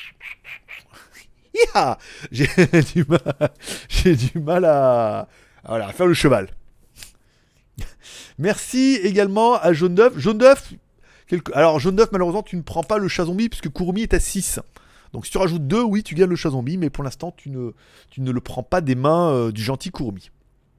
Yeah, j'ai du mal, j'ai du mal à, voilà, à faire le cheval. Merci également à Jaune d'œuf. Jaune d'œuf, quelque... alors Jaune d'œuf, malheureusement, tu ne prends pas le chat zombie puisque Kurumi est à six. Donc si tu rajoutes deux, oui, tu gagnes le chat zombie, mais pour l'instant, tu ne, tu ne le prends pas des mains euh, du gentil Kurumi.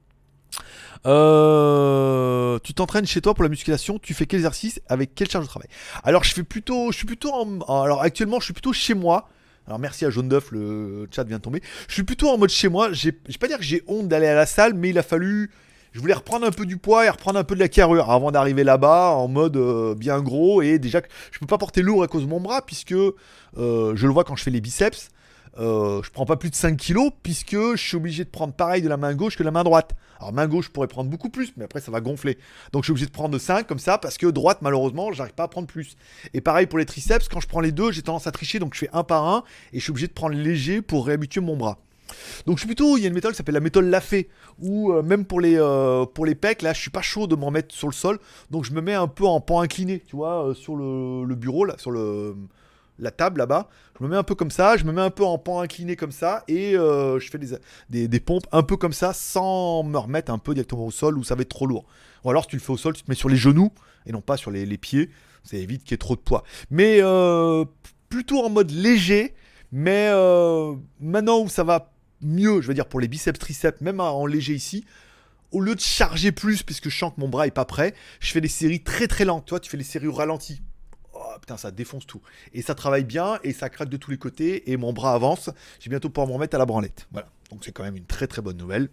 Euh, tu t'entraînes chez toi pour la musculation, tu fais quel exercice avec quelle charge de travail? Alors je fais plutôt, je suis plutôt, en, alors actuellement, je suis plutôt chez moi. Alors merci à Jaune d'œuf, le chat vient de tomber. Je suis plutôt en mode chez moi. J'ai, je vais pas dire que j'ai honte d'aller à la salle, mais il a fallu. Je voulais reprendre un peu du poids et reprendre un peu de la carrure avant d'arriver là-bas en mode euh, bien gros. Et déjà que je peux pas porter lourd à cause de mon bras puisque euh, je le vois quand je fais les biceps. Euh, je prends pas plus de cinq kilos puisque je suis obligé de prendre pareil de la main gauche que de la main droite. Alors main gauche je pourrais prendre beaucoup plus mais après ça va gonfler. Donc je suis obligé de prendre cinq comme ça parce que droite malheureusement j'arrive pas à prendre plus. Et pareil pour les triceps, quand je prends les deux j'ai tendance à tricher donc je fais un par un et je suis obligé de prendre léger pour réhabituer mon bras. Donc je suis plutôt, il y a une méthode qui s'appelle la méthode Lafay où euh, même pour les, euh, pour les pecs là je suis pas chaud de m'en mettre sur le sol donc je me mets un peu en pan incliné tu vois euh, sur le, le bureau là, sur le... la table là-bas, je me mets un peu comme ça, je me mets un peu en pan incliné comme ça, et euh, je fais des, des, des pompes un peu comme ça, sans me remettre un peu directement au sol, où ça va être trop lourd. Ou alors, si tu le fais au sol, tu te mets sur les genoux, et non pas sur les, les pieds, ça évite qu'il y ait trop de poids. Mais euh, plutôt en mode léger, mais euh, maintenant où ça va mieux, je veux dire pour les biceps, triceps, même en léger ici, au lieu de charger plus, puisque je sens que mon bras est pas prêt, je fais des séries très très lentes, tu vois, tu fais les séries au ralenti. Oh, putain, ça défonce tout. Et ça travaille bien, et ça craque de tous les côtés, et mon bras avance. J'ai bientôt pouvoir me remettre à la branlette. Voilà. Donc c'est quand même une très très bonne nouvelle.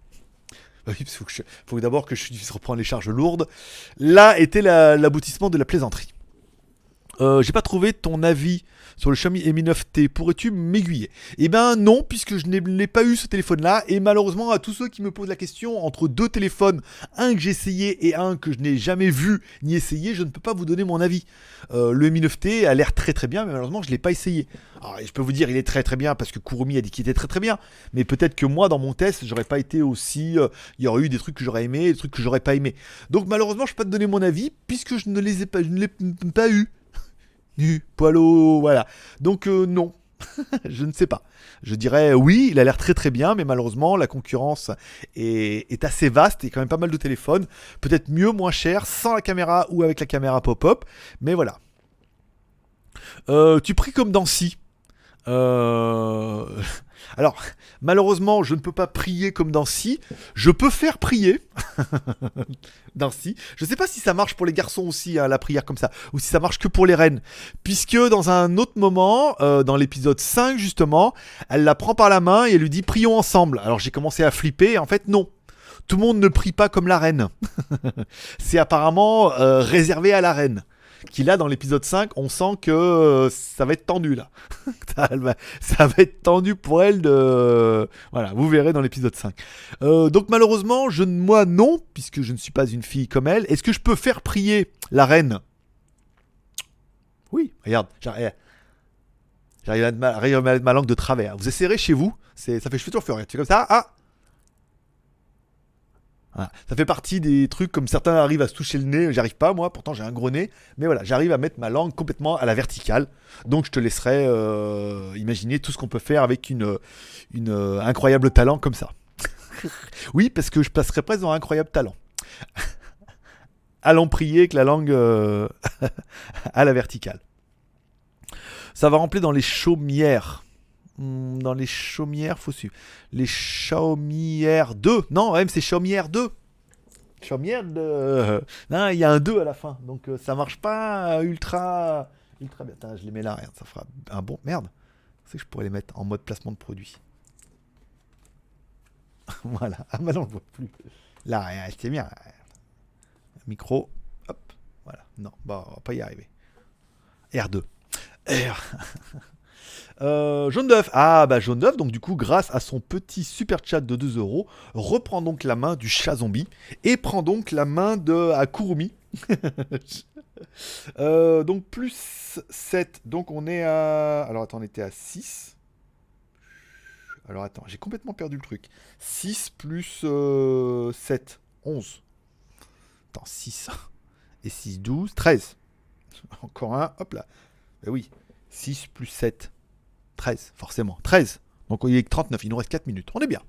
Oui, il faut, je... faut d'abord que je puisse reprendre les charges lourdes. Là était la... l'aboutissement de la plaisanterie. Euh, j'ai pas trouvé ton avis sur le Xiaomi Mi neuf T. Pourrais-tu m'aiguiller? Eh ben non, puisque je n'ai pas eu ce téléphone-là. Et malheureusement, à tous ceux qui me posent la question entre deux téléphones, un que j'ai essayé et un que je n'ai jamais vu ni essayé, je ne peux pas vous donner mon avis. Euh, le Mi neuf T a l'air très très bien, mais malheureusement, je ne l'ai pas essayé. Alors, je peux vous dire, il est très très bien parce que Kurumi a dit qu'il était très très bien. Mais peut-être que moi, dans mon test, j'aurais pas été aussi. Euh, il y aurait eu des trucs que j'aurais aimé, des trucs que j'aurais pas aimé. Donc malheureusement, je ne peux pas te donner mon avis puisque je ne les ai pas, je ne l'ai pas eu. Nu, poilo, voilà. Donc euh, non, je ne sais pas. Je dirais oui, il a l'air très très bien, mais malheureusement la concurrence est, est assez vaste et quand même pas mal de téléphones. Peut-être mieux, moins cher, sans la caméra ou avec la caméra pop-up, mais voilà. Euh, tu pries comme dans Si. Euh... Alors, malheureusement, je ne peux pas prier comme dans Si. Je peux faire prier. Dans Si. Je ne sais pas si ça marche pour les garçons aussi, hein, la prière comme ça. Ou si ça marche que pour les reines. Puisque dans un autre moment, euh, dans l'épisode cinq justement, elle la prend par la main et elle lui dit prions ensemble. Alors j'ai commencé à flipper. Et en fait, non. Tout le monde ne prie pas comme la reine. C'est apparemment euh, réservé à la reine. Qui là, dans l'épisode cinq, on sent que euh, ça va être tendu là. Ça va être tendu pour elle de... Voilà, vous verrez dans l'épisode cinq. Euh, donc malheureusement, je, moi non, puisque je ne suis pas une fille comme elle. Est-ce que je peux faire prier la reine? Oui, regarde, j'arrive, j'arrive à mettre ma langue de travers. Vous essayerez chez vous, c'est, ça fait je fais toujours fureur. Tu fais comme ça, ah. Voilà. Ça fait partie des trucs comme certains arrivent à se toucher le nez, j'arrive pas moi, pourtant j'ai un gros nez, mais voilà, j'arrive à mettre ma langue complètement à la verticale, donc je te laisserai euh, imaginer tout ce qu'on peut faire avec une, une euh, incroyable talent comme ça. Oui, parce que je passerai presque dans un incroyable talent. Allons prier avec la langue euh, à la verticale. Ça va remplir dans les chaumières. Dans les chaumières, faut suivre. Les chaumières deux. Non, même c'est chaumières deux. Chaumières deux. Non, il y a un deux à la fin. Donc euh, ça marche pas ultra ultra bien. Attends, je les mets là, regarde, ça fera un bon. Merde. C'est que je pourrais les mettre en mode placement de produit. Voilà. Ah maintenant on le voit plus. Là, c'est bien. Micro. Hop. Voilà. Non, bah on va pas y arriver. R deux. R. Euh, Jaune d'œuf, ah bah Jaune d'œuf, donc du coup grâce à son petit super chat de deux euros, reprend donc la main du chat zombie et prend donc la main de à Kurumi. euh, donc plus sept, donc on est à... Alors attends, on était à six. Alors attends, j'ai complètement perdu le truc. six plus euh, sept, onze. Attends, six. Et six, douze, treize. Encore un, hop là. Ben oui, six plus sept. treize, forcément. treize. Donc il est trente-neuf, il nous reste quatre minutes. On est bien.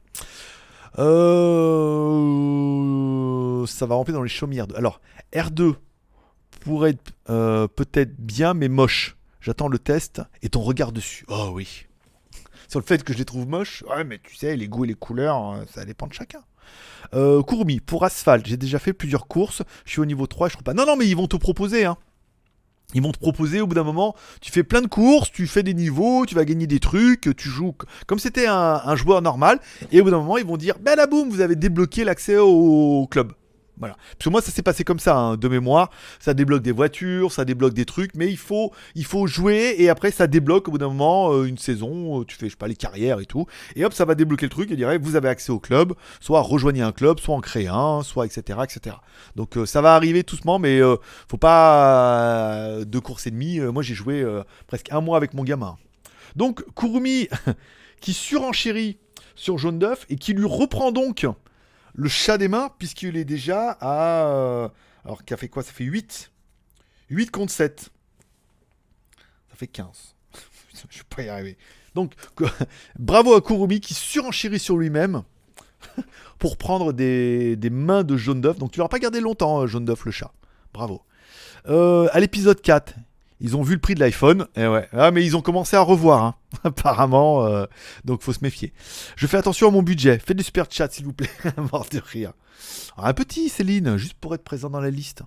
Euh... Ça va remplir dans les chaumières. Alors, R deux pourrait être euh, peut-être bien, mais moche. J'attends le test et ton regard dessus. Oh oui. Sur le fait que je les trouve moches, ouais, mais tu sais, les goûts et les couleurs, ça dépend de chacun. Euh, Kurumi, pour Asphalt, j'ai déjà fait plusieurs courses. Je suis au niveau trois, je trouve pas. Non, non, mais ils vont te proposer, hein. Ils vont te proposer au bout d'un moment, tu fais plein de courses, tu fais des niveaux, tu vas gagner des trucs, tu joues comme c'était un, un joueur normal, et au bout d'un moment ils vont dire, ben là boum, vous avez débloqué l'accès au, au club. Voilà. Parce que moi ça s'est passé comme ça, hein, de mémoire, ça débloque des voitures, ça débloque des trucs, mais il faut, il faut jouer, et après ça débloque au bout d'un moment euh, une saison, euh, tu fais je sais pas les carrières et tout, et hop ça va débloquer le truc et dirait vous avez accès au club, soit rejoignez un club, soit en créez un, soit et cetera et cetera. Donc euh, ça va arriver doucement, mais euh, faut pas euh, deux courses et demie. Euh, moi j'ai joué euh, presque un mois avec mon gamin. Donc Kurumi qui surenchérit sur Jaune d'œuf et qui lui reprend donc le chat des mains, puisqu'il est déjà à... Euh, alors, qu'a fait quoi? Ça fait huit. huit contre sept. Ça fait quinze. Je vais pas y arriver. Donc, bravo à Kurumi qui surenchérit sur lui-même pour prendre des, des mains de Jaune d'œuf. Donc, tu l'auras pas gardé longtemps, Jaune d'œuf, le chat. Bravo. Euh, à l'épisode quatre, ils ont vu le prix de l'iPhone. Et ouais. Ah, mais ils ont commencé à revoir, hein. Apparemment. Euh, donc, faut se méfier. Je fais attention à mon budget. Faites du super chat, s'il vous plaît. Mort de rire. Alors, un petit, Céline, juste pour être présent dans la liste.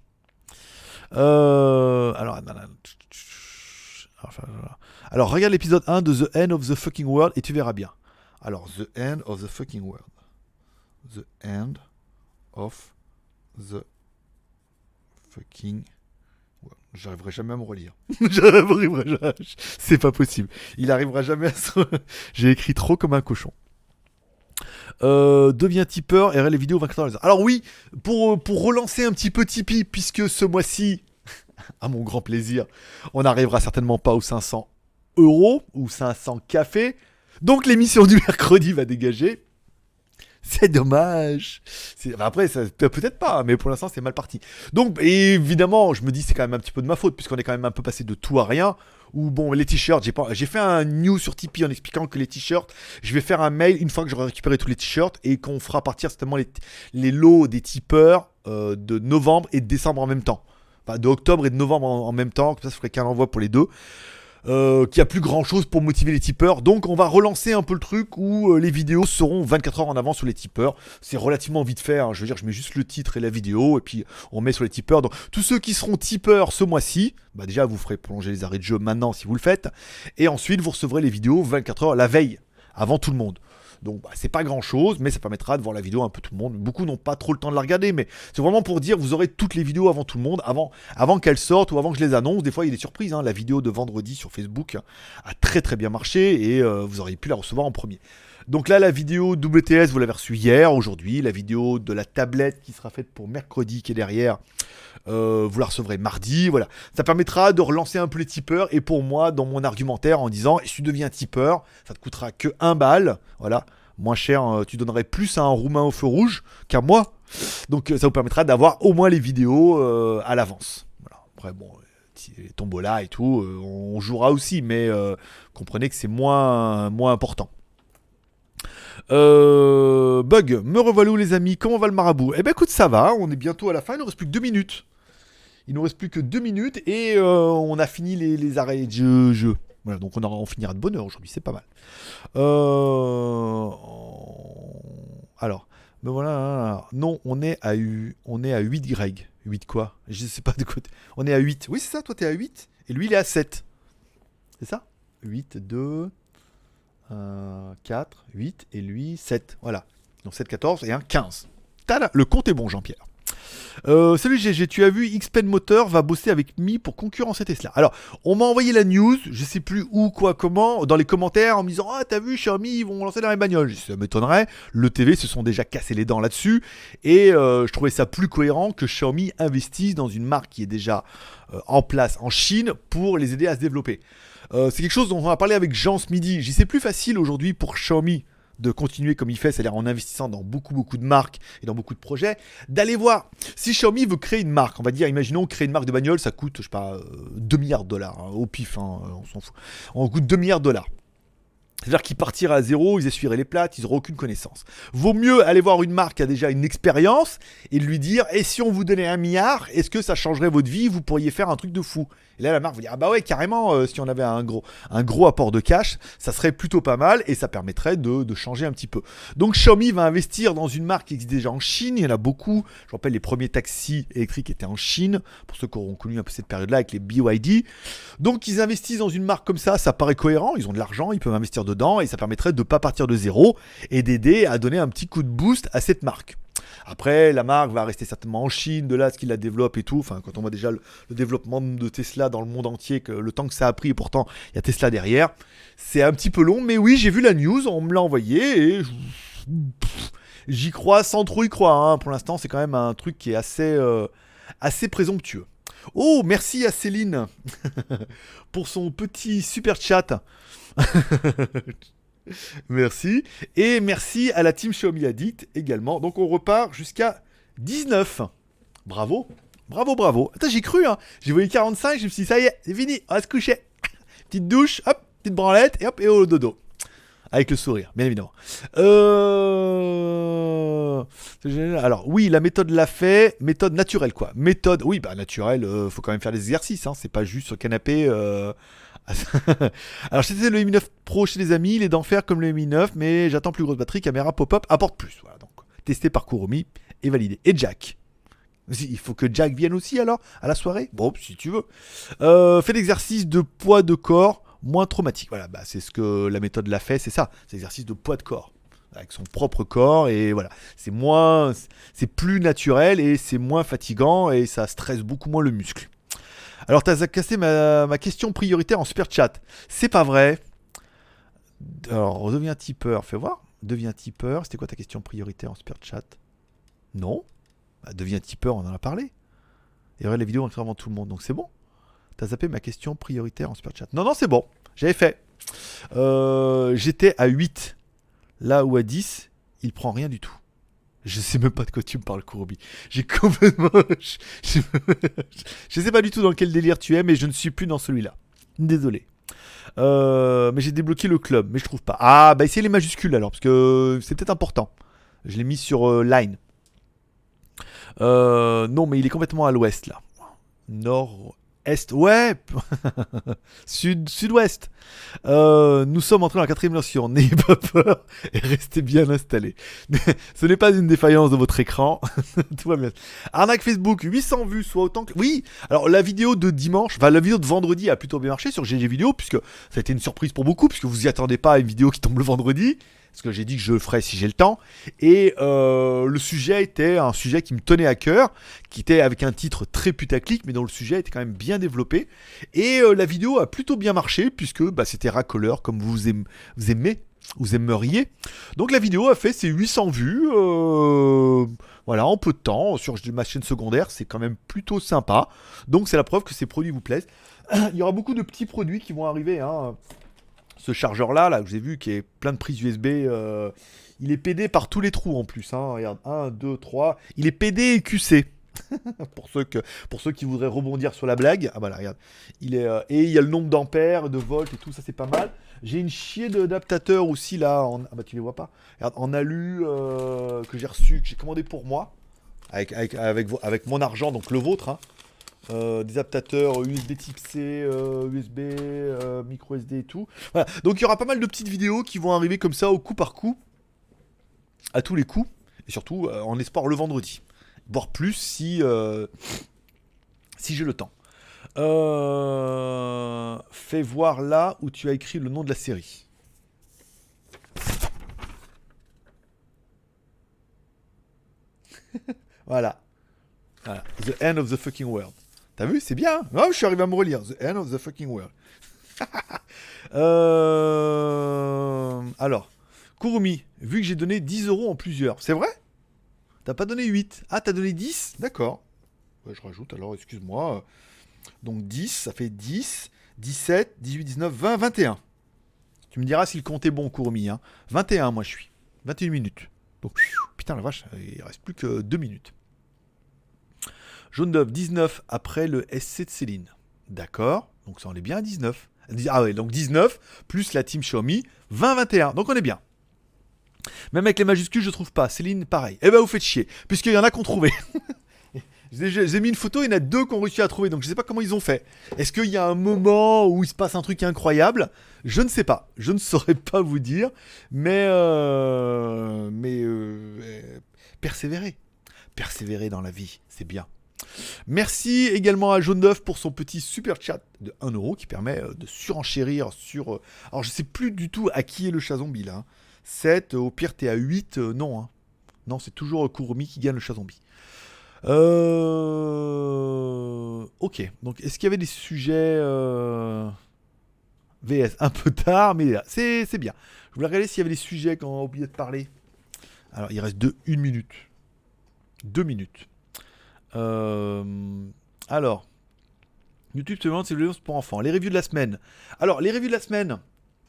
Euh, alors, alors, regarde l'épisode un de The End of the Fucking World et tu verras bien. Alors, The End of the Fucking World. The End of the Fucking World. J'arriverai jamais à me relire. J'arriverai jamais. C'est pas possible. Il arrivera jamais à se... J'ai écrit trop comme un cochon. Euh, devient tipeur et les vidéos vingt-quatre heures. Alors oui, pour, pour relancer un petit peu Tipeee, puisque ce mois-ci, à mon grand plaisir, on n'arrivera certainement pas aux cinq cents euros ou cinq cents cafés. Donc l'émission du mercredi va dégager. C'est dommage. C'est... Enfin, après, ça, peut-être pas, mais pour l'instant, c'est mal parti. Donc, évidemment, je me dis c'est quand même un petit peu de ma faute, puisqu'on est quand même un peu passé de tout à rien. Ou bon, les t-shirts, j'ai, pas... j'ai fait un news sur Tipeee en expliquant que les t-shirts, je vais faire un mail une fois que j'aurai récupéré tous les t-shirts et qu'on fera partir certainement les, t- les lots des tipeurs euh, de novembre et de décembre en même temps. Enfin, de octobre et de novembre en, en même temps, comme ça, ça ferait qu'un envoi pour les deux. Euh, qu'il n'y a plus grand chose pour motiver les tipeurs. Donc on va relancer un peu le truc où euh, les vidéos seront vingt-quatre heures en avance sur les tipeurs. C'est relativement vite fait, hein. Je veux dire, je mets juste le titre et la vidéo et puis on met sur les tipeurs. Donc tous ceux qui seront tipeurs ce mois-ci, bah déjà vous ferez prolonger les arrêts de jeu maintenant si vous le faites. Et ensuite vous recevrez les vidéos vingt-quatre heures la veille, avant tout le monde. Donc bah, c'est pas grand chose, mais ça permettra de voir la vidéo un peu tout le monde. Beaucoup n'ont pas trop le temps de la regarder, mais c'est vraiment pour dire vous aurez toutes les vidéos avant tout le monde, avant, avant qu'elles sortent ou avant que je les annonce. Des fois il y a des surprises, hein. La vidéo de vendredi sur Facebook a très très bien marché et euh, vous auriez pu la recevoir en premier. Donc là la vidéo W T S vous l'avez reçue hier, aujourd'hui. La vidéo de la tablette qui sera faite pour mercredi qui est derrière, Euh, vous la recevrez mardi, voilà. Ça permettra de relancer un peu les tipeurs. Et pour moi, dans mon argumentaire, en disant, si tu deviens tipeur, ça te coûtera que un balle, voilà. Moins cher, euh, tu donnerais plus à un Roumain au feu rouge qu'à moi. Donc euh, ça vous permettra d'avoir au moins les vidéos euh, à l'avance. Voilà. Après, bon, les tombola et tout, euh, on jouera aussi, mais euh, comprenez que c'est moins, moins important. Euh, Bug, me revoilà où les amis, comment va le marabout? Eh ben écoute, ça va, on est bientôt à la fin, il ne nous reste plus que deux minutes. Il nous reste plus que deux minutes et euh, on a fini les, les arrêts de jeu, jeu. Voilà, donc on, aura, on finira de bonne heure aujourd'hui, c'est pas mal. Euh... Alors, ben voilà, non, on est à, U, on est à huit Y. huit quoi? Je sais pas de côté. On est à huit. Oui, c'est ça, toi t'es à huit et lui il est à sept. C'est ça? huit, deux, un, quatre, huit et lui sept. Voilà. Donc sept, quatorze et un quinze. Tada, le compte est bon, Jean-Pierre. Euh, salut G G, tu as vu Xpen Motor va bosser avec Mi pour concurrencer Tesla. Alors, on m'a envoyé la news, je sais plus où, quoi, comment, dans les commentaires en me disant ah t'as vu Xiaomi ils vont lancer dans les bagnoles. Ça m'étonnerait. Le T V se sont déjà cassés les dents là-dessus et euh, je trouvais ça plus cohérent que Xiaomi investisse dans une marque qui est déjà euh, en place en Chine pour les aider à se développer. Euh, c'est quelque chose dont on a parlé avec Jean ce midi. J'y sais plus facile aujourd'hui pour Xiaomi de continuer comme il fait, c'est-à-dire en investissant dans beaucoup beaucoup de marques et dans beaucoup de projets, d'aller voir si Xiaomi veut créer une marque. On va dire, imaginons créer une marque de bagnole, ça coûte, je sais pas, euh, deux milliards de dollars, hein, au pif, hein, on s'en fout. On coûte deux milliards de dollars. C'est-à-dire qu'ils partiraient à zéro, ils essuieraient les plates, ils n'auraient aucune connaissance. Vaut mieux aller voir une marque qui a déjà une expérience et lui dire « Et si on vous donnait un milliard, est-ce que ça changerait votre vie? Vous pourriez faire un truc de fou ?» Et là, la marque vous dire « Ah bah ouais, carrément, euh, si on avait un gros, un gros apport de cash, ça serait plutôt pas mal et ça permettrait de, de changer un petit peu. » Donc Xiaomi va investir dans une marque qui existe déjà en Chine, il y en a beaucoup. Je rappelle, les premiers taxis électriques étaient en Chine, pour ceux qui auront connu un peu cette période-là avec les B Y D. Donc ils investissent dans une marque comme ça, ça paraît cohérent, ils ont de l'argent, ils peuvent investir dedans et ça permettrait de ne pas partir de zéro et d'aider à donner un petit coup de boost à cette marque. Après, la marque va rester certainement en Chine, de là ce qu'il la développe et tout. Enfin, quand on voit déjà le, le développement de Tesla dans le monde entier, que le temps que ça a pris, et pourtant il y a Tesla derrière, c'est un petit peu long. Mais oui, j'ai vu la news, on me l'a envoyé et j'y crois sans trop y croire. Hein. Pour l'instant, c'est quand même un truc qui est assez, euh, assez présomptueux. Oh, merci à Céline pour son petit super chat. Merci. Et merci à la team Xiaomi Addict également. Donc on repart jusqu'à dix-neuf. Bravo. Bravo, bravo. Attends, j'ai cru, hein. J'ai voyé quarante-cinq, je me suis dit, ça y est, c'est fini, on va se coucher. Petite douche, hop, petite branlette, et hop, et au dodo. Avec le sourire, bien évidemment. Euh... Alors, oui, la méthode l'a fait. Méthode naturelle, quoi. Méthode, oui, bah naturelle, euh, faut quand même faire des exercices, hein. C'est pas juste sur le canapé... Euh... Alors j'ai testé le Mi neuf Pro chez des amis, il est d'enfer comme le Mi neuf, mais j'attends plus grosse batterie, caméra pop-up, apporte plus. Voilà, donc testé par Kuromi et validé. Et Jack. Il faut que Jack vienne aussi alors à la soirée. Bon, si tu veux. Euh, fait l'exercice de poids de corps moins traumatique. Voilà, bah, c'est ce que la méthode l'a fait, c'est ça. C'est l'exercice de poids de corps. Avec son propre corps et voilà. C'est moins, c'est plus naturel et c'est moins fatigant et ça stresse beaucoup moins le muscle. Alors, tu as cassé ma, ma question prioritaire en super chat. C'est pas vrai. Alors, redeviens tipeur. Fais voir. Deviens tipeur. C'était quoi ta question prioritaire en super chat? Non. Bah, deviens tipeur, on en a parlé. Et regarde la vidéo avant tout le monde. Donc, c'est bon. Tu as zappé ma question prioritaire en super chat. Non, non, c'est bon. J'avais fait. Euh, j'étais à huit. Là où à dix, il prend rien du tout. Je sais même pas de quoi tu me parles, Kurobi. J'ai complètement... Je, je... je sais pas du tout dans quel délire tu es, mais je ne suis plus dans celui-là. Désolé. Euh... Mais j'ai débloqué le club, mais je trouve pas. Ah, bah essayez les majuscules alors, parce que c'est peut-être important. Je l'ai mis sur euh, Line. Euh... Non, mais il est complètement à l'ouest, là. Nord... Est, ouais. Sud, sud-ouest. Euh, nous sommes entrés dans la quatrième dimension. N'ayez pas peur et restez bien installés. Ce n'est pas une défaillance de votre écran. Tout va bien. Arnaque Facebook, huit cents vues, soit autant que... Oui, alors la vidéo de dimanche, enfin la vidéo de vendredi a plutôt bien marché sur G G Vidéo, puisque ça a été une surprise pour beaucoup, puisque vous y attendez pas à une vidéo qui tombe le vendredi. Parce que j'ai dit que je le ferais si j'ai le temps. Et euh, le sujet était un sujet qui me tenait à cœur, qui était avec un titre très putaclic, mais dont le sujet était quand même bien développé. Et euh, la vidéo a plutôt bien marché, puisque bah, c'était racoleur, comme vous, aim- vous aimez, vous aimeriez. Donc la vidéo a fait ses huit cents vues, euh, voilà, en peu de temps, sur ma chaîne secondaire, c'est quand même plutôt sympa. Donc c'est la preuve que ces produits vous plaisent. Il y aura beaucoup de petits produits qui vont arriver, hein. Ce chargeur-là, là, que j'ai vu, qui est plein de prises U S B, euh, il est P D par tous les trous en plus. Hein. Regarde, un, deux, trois. Il est P D et Q C. pour, ceux que, pour ceux qui voudraient rebondir sur la blague. Ah bah là, regarde. Il est, euh, et il y a le nombre d'ampères, de volts et tout, ça c'est pas mal. J'ai une chier d'adaptateurs aussi là. En, ah bah tu les vois pas. Regarde, en alu euh, que j'ai reçu, que j'ai commandé pour moi. Avec, avec, avec, avec mon argent, donc le vôtre. Hein. Euh, des adaptateurs U S B type C, euh, U S B, euh, micro S D et tout. Voilà. Donc il y aura pas mal de petites vidéos qui vont arriver comme ça au coup par coup, à tous les coups, et surtout euh, en espoir le vendredi, voire plus si, euh, si j'ai le temps. Euh, fais voir là où tu as écrit le nom de la série. Voilà. Voilà. The End of the Fucking World. T'as vu, c'est bien. Oh, je suis arrivé à me relire. The End of the Fucking World. euh... Alors, Kurumi, vu que j'ai donné dix euros en plusieurs, c'est vrai? T'as pas donné huit? Ah, t'as donné dix? D'accord. Ouais, je rajoute alors, excuse-moi. Donc dix, ça fait dix, dix-sept, dix-huit, dix-neuf, vingt, vingt et un. Tu me diras si le compte est bon, Kurumi. Hein. vingt et un, moi je suis. vingt et une minutes. Donc, putain la vache, il reste plus que deux minutes. Jaune d'œuf, dix-neuf après le S C de Céline. D'accord, donc ça on est bien à dix-neuf. Ah ouais, donc dix-neuf plus la team Xiaomi, vingt, vingt et un. Donc on est bien. Même avec les majuscules, je trouve pas. Céline, pareil. Eh ben vous faites chier, puisqu'il y en a qui ont trouvé. J'ai mis une photo, il y en a deux qui ont réussi à trouver, donc je sais pas comment ils ont fait. Est-ce qu'il y a un moment où il se passe un truc incroyable? Je ne sais pas, je ne saurais pas vous dire, mais euh, mais euh, persévérer, persévérer dans la vie, c'est bien. Merci également à Jaune d'œuf pour son petit super chat de un euro qui permet de surenchérir sur... Alors je sais plus du tout à qui est le chat zombie là. Hein. sept, au pire t'es à huit, euh, non. Hein. Non, c'est toujours Kurumi qui gagne le chat zombie. Euh... Ok, donc est-ce qu'il y avait des sujets euh... V S un peu tard, mais là, c'est, c'est bien. Je voulais regarder s'il y avait des sujets qu'on a oublié de parler. Alors il reste deux, une minute. Deux minutes. Euh, alors, YouTube te demande si c'est pour enfants. Les reviews de la semaine. Alors, les reviews de la semaine.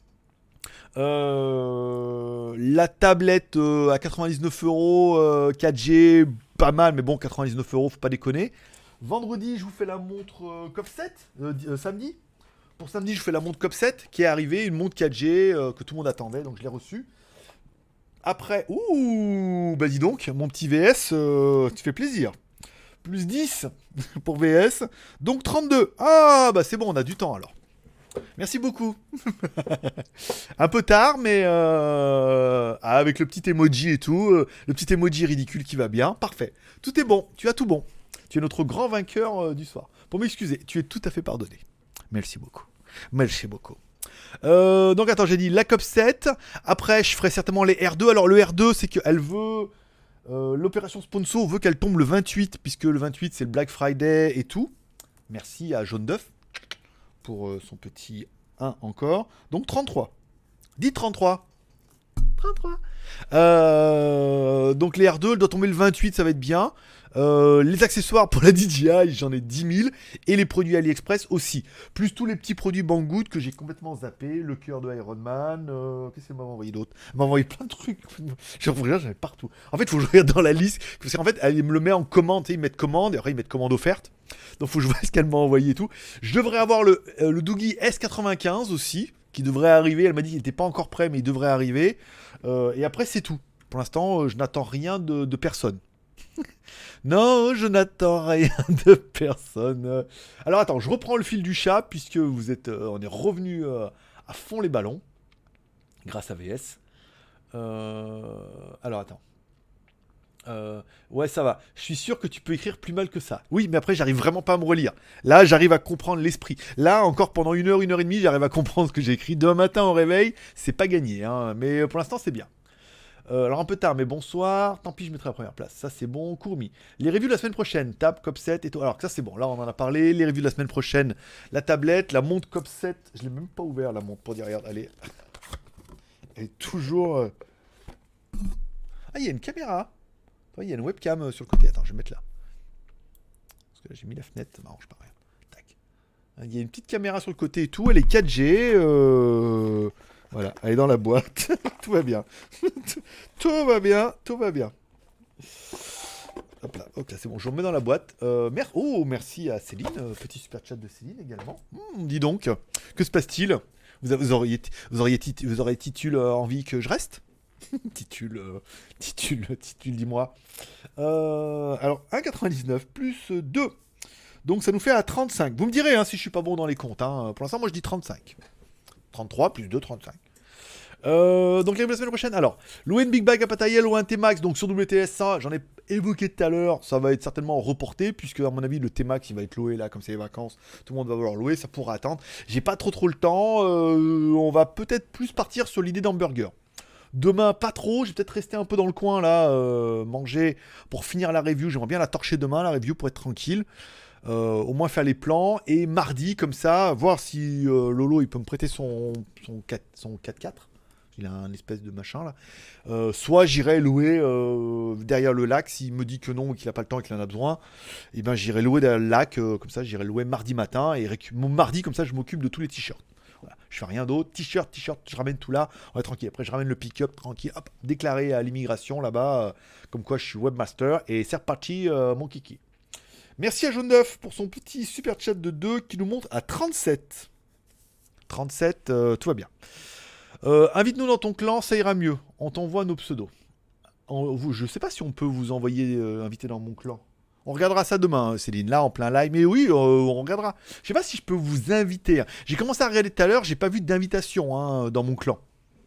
Euh, la tablette euh, à quatre-vingt-dix-neuf euros, euh, quatre G, pas mal, mais bon, quatre-vingt-dix-neuf euros, faut pas déconner. Vendredi, je vous fais la montre euh, Cop sept, euh, euh, samedi. Pour samedi, je fais la montre Cop sept qui est arrivée, une montre quatre G euh, que tout le monde attendait, donc je l'ai reçue. Après, ouh, bah dis donc, mon petit V S, euh, tu fais plaisir. Plus dix pour V S, donc trente-deux. Ah, bah c'est bon, on a du temps alors. Merci beaucoup. Un peu tard, mais euh, avec le petit emoji et tout, euh, le petit emoji ridicule qui va bien, parfait. Tout est bon, tu as tout bon. Tu es notre grand vainqueur euh, du soir. Pour m'excuser, tu es tout à fait pardonné. Merci beaucoup. Merci beaucoup. Euh, donc attends, j'ai dit la Cop sept. Après, je ferai certainement les R deux. Alors le R deux, c'est qu'elle veut... Euh, l'opération sponsor veut qu'elle tombe le vingt-huit, puisque le vingt-huit c'est le Black Friday et tout. Merci à Jaune d'œuf pour euh, son petit un encore. Donc trente-trois. Dites trente-trois. trente-trois. Euh, donc les R deux, elle doit tomber le vingt-huit, ça va être bien. Euh, les accessoires pour la D J I, j'en ai dix mille. Et les produits AliExpress aussi. Plus tous les petits produits Banggood que j'ai complètement zappé. Le cœur de Iron Man. Euh, qu'est-ce qu'elle m'a envoyé d'autre? Elle m'a envoyé plein de trucs. J'en regarde, j'en ai partout. En fait, il faut que je regarde dans la liste. Parce qu'en fait, elle me le met en commande. Ils mettent commande. Et après, ils mettent commande offerte. Donc, il faut que je vois ce qu'elle m'a envoyé et tout. Je devrais avoir le, euh, le Doogie S quatre-vingt-quinze aussi. Qui devrait arriver. Elle m'a dit qu'il n'était pas encore prêt, mais il devrait arriver. Euh, et après, c'est tout. Pour l'instant, euh, je n'attends rien de, de personne. Non, je n'attends rien de personne. Alors attends, je reprends le fil du chat puisque vous êtes, euh, on est revenu euh, à fond les ballons grâce à V S. Euh, alors attends. Euh, ouais, ça va. Je suis sûr que tu peux écrire plus mal que ça. Oui, mais après, j'arrive vraiment pas à me relire. Là, j'arrive à comprendre l'esprit. Là, encore pendant une heure, une heure et demie, j'arrive à comprendre ce que j'ai écrit. Demain matin au réveil, c'est pas gagné, hein, mais pour l'instant, c'est bien. Euh, alors un peu tard, mais bonsoir. Tant pis, je mettrai la première place. Ça, c'est bon. Courmi. Les reviews de la semaine prochaine. Tab, Copset et tout. Alors ça, c'est bon. Là, on en a parlé. Les reviews de la semaine prochaine. La tablette, la montre Copset. Je l'ai même pas ouvert, la montre, pour dire, regarde, allez. Elle est toujours... euh, Ah, il y a une caméra. Il y a une webcam euh, sur le côté. Attends, je vais mettre là. Parce que là, j'ai mis la fenêtre. Ça m'arrange pas rien. Tac. Il y a une petite caméra sur le côté et tout. Elle est quatre G. Euh... Voilà, elle est dans la boîte. Tout va bien. Tout va bien. Tout va bien. Hop là. Ok, c'est bon. Je remets dans la boîte. Euh, mer... Oh, merci à Céline. Euh, petit super chat de Céline également. Hmm, dis donc. Que se passe-t-il? vous, a- vous auriez, vous auriez, tit- vous auriez titule euh, envie que je reste? Titule, euh, titule, titule, dis-moi. Euh, alors, un virgule quatre-vingt-dix-neuf plus deux. Donc, ça nous fait à trente-cinq. Vous me direz hein, si je suis pas bon dans les comptes. Hein. Pour l'instant, moi, je dis trente-cinq. trente-trois plus deux, trente-cinq. Euh, donc, la semaine prochaine. Alors, louer une Big Bag à Patayel ou un T-Max, donc sur W T S, ça, j'en ai évoqué tout à l'heure. Ça va être certainement reporté, puisque, à mon avis, le T-Max, il va être loué là, comme c'est les vacances. Tout le monde va vouloir louer, ça pourra attendre. J'ai pas trop trop le temps. Euh, on va peut-être plus partir sur l'idée d'hamburger. Demain, pas trop. Je vais peut-être rester un peu dans le coin là, euh, manger pour finir la review. J'aimerais bien la torcher demain, la review, pour être tranquille. Euh, au moins faire les plans. Et mardi, comme ça, voir si euh, Lolo il peut me prêter son, son, quatre, son quatre quatre. Il a un espèce de machin là. Euh, soit j'irai louer euh, derrière le lac. S'il me dit que non, qu'il n'a pas le temps et qu'il en a besoin, et ben j'irai louer derrière le lac. Euh, comme ça, j'irai louer mardi matin. Et récu- mon mardi, comme ça, je m'occupe de tous les t-shirts. Voilà. Je fais rien d'autre, t-shirt, t-shirt, je ramène tout là, on est tranquille. Après, je ramène le pick-up tranquille, hop, déclaré à l'immigration là-bas, euh, comme quoi je suis webmaster, et c'est reparti, euh, mon kiki. Merci à Jaune d'œuf pour son petit super chat de deux qui nous montre à trente-sept. trente-sept, euh, tout va bien. Euh, invite-nous dans ton clan, ça ira mieux. On t'envoie nos pseudos. En, vous, je sais pas si on peut vous envoyer euh, inviter dans mon clan. On regardera ça demain, hein, Céline, là en plein live. Mais oui, euh, on regardera. Je sais pas si je peux vous inviter. Hein. J'ai commencé à regarder tout à l'heure, j'ai pas vu d'invitation hein, dans mon clan.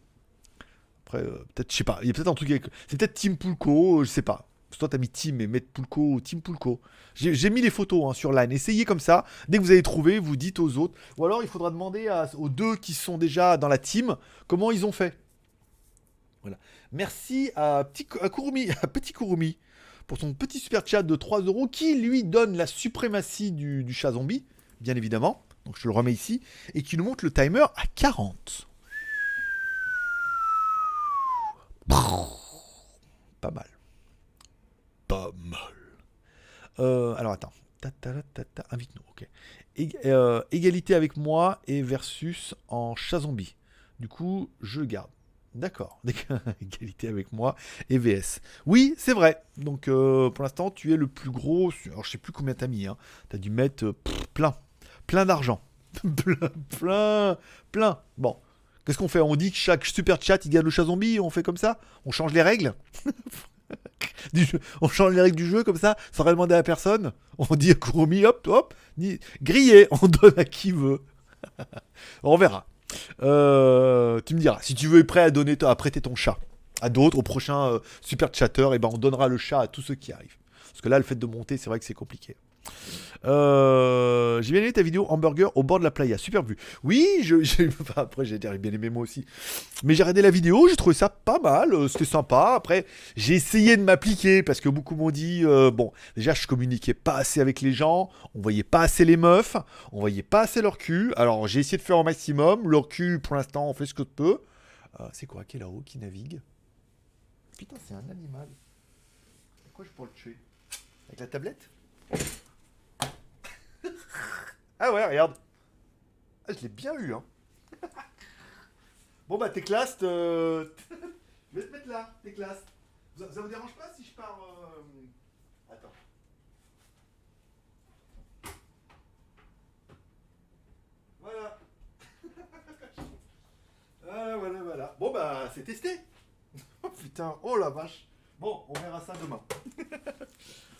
Après, euh, peut-être, je sais pas. Il y a peut-être un truc avec. C'est peut-être Team Poulco, je sais pas. Parce que toi, t'as mis Team et mettre Poulco ou Team Poulco. J'ai, j'ai mis les photos hein, sur Line. Essayez comme ça. Dès que vous avez trouvé, vous dites aux autres. Ou alors, il faudra demander à, aux deux qui sont déjà dans la team comment ils ont fait. Voilà. Merci à Petit, à Kurumi, à Petit Kurumi pour son petit super chat de trois euros qui lui donne la suprématie du, du chat zombie, bien évidemment. Donc je le remets ici. Et qui nous montre le timer à quarante. Pas mal. Pas mal. Euh, alors attends. Ta, ta, ta, ta, invite-nous, ok. Ég- euh, égalité avec moi et versus en chat zombie. Du coup, je garde. D'accord. Égalité avec moi et V S. Oui, c'est vrai. Donc euh, pour l'instant, tu es le plus gros. Alors je sais plus combien t'as mis. Hein. T'as dû mettre euh, pff, plein. Plein d'argent. plein, plein, plein. Bon. Qu'est-ce qu'on fait? On dit que chaque super chat, il gagne le chat zombie. On fait comme ça? On change les règles du jeu. On change les règles du jeu comme ça, sans rien demander à personne. On dit à Kurumi, hop, hop, ni... grillé. On donne à qui veut. On verra. Euh, tu me diras, si tu veux être prêt à donner, à prêter ton chat à d'autres, au prochain euh, super chatter, et ben on donnera le chat à tous ceux qui arrivent. Parce que là, le fait de monter, c'est vrai que c'est compliqué. Euh, j'ai bien aimé ta vidéo hamburger au bord de la playa, super vue. Oui, je, j'ai, enfin, après j'ai bien aimé moi aussi. Mais j'ai regardé la vidéo, j'ai trouvé ça pas mal, euh, c'était sympa. Après, j'ai essayé de m'appliquer parce que beaucoup m'ont dit, euh, bon, déjà je communiquais pas assez avec les gens, on voyait pas assez les meufs, on voyait pas assez leur cul. Alors j'ai essayé de faire au maximum, leur cul pour l'instant on fait ce que peut. Euh, c'est quoi qui est là-haut, qui navigue? Putain, c'est un animal. Pourquoi je pourrais le tuer? Avec la tablette? Ah ouais, regarde. Ah, je l'ai bien eu, hein. Bon, bah, t'es classe. Euh... je vais te mettre là, t'es classe. Ça, ça vous dérange pas si je pars... Euh... Attends. Voilà. Ah, voilà, voilà. Bon, bah, c'est testé. Oh, putain. Oh, la vache. Bon, on verra ça demain.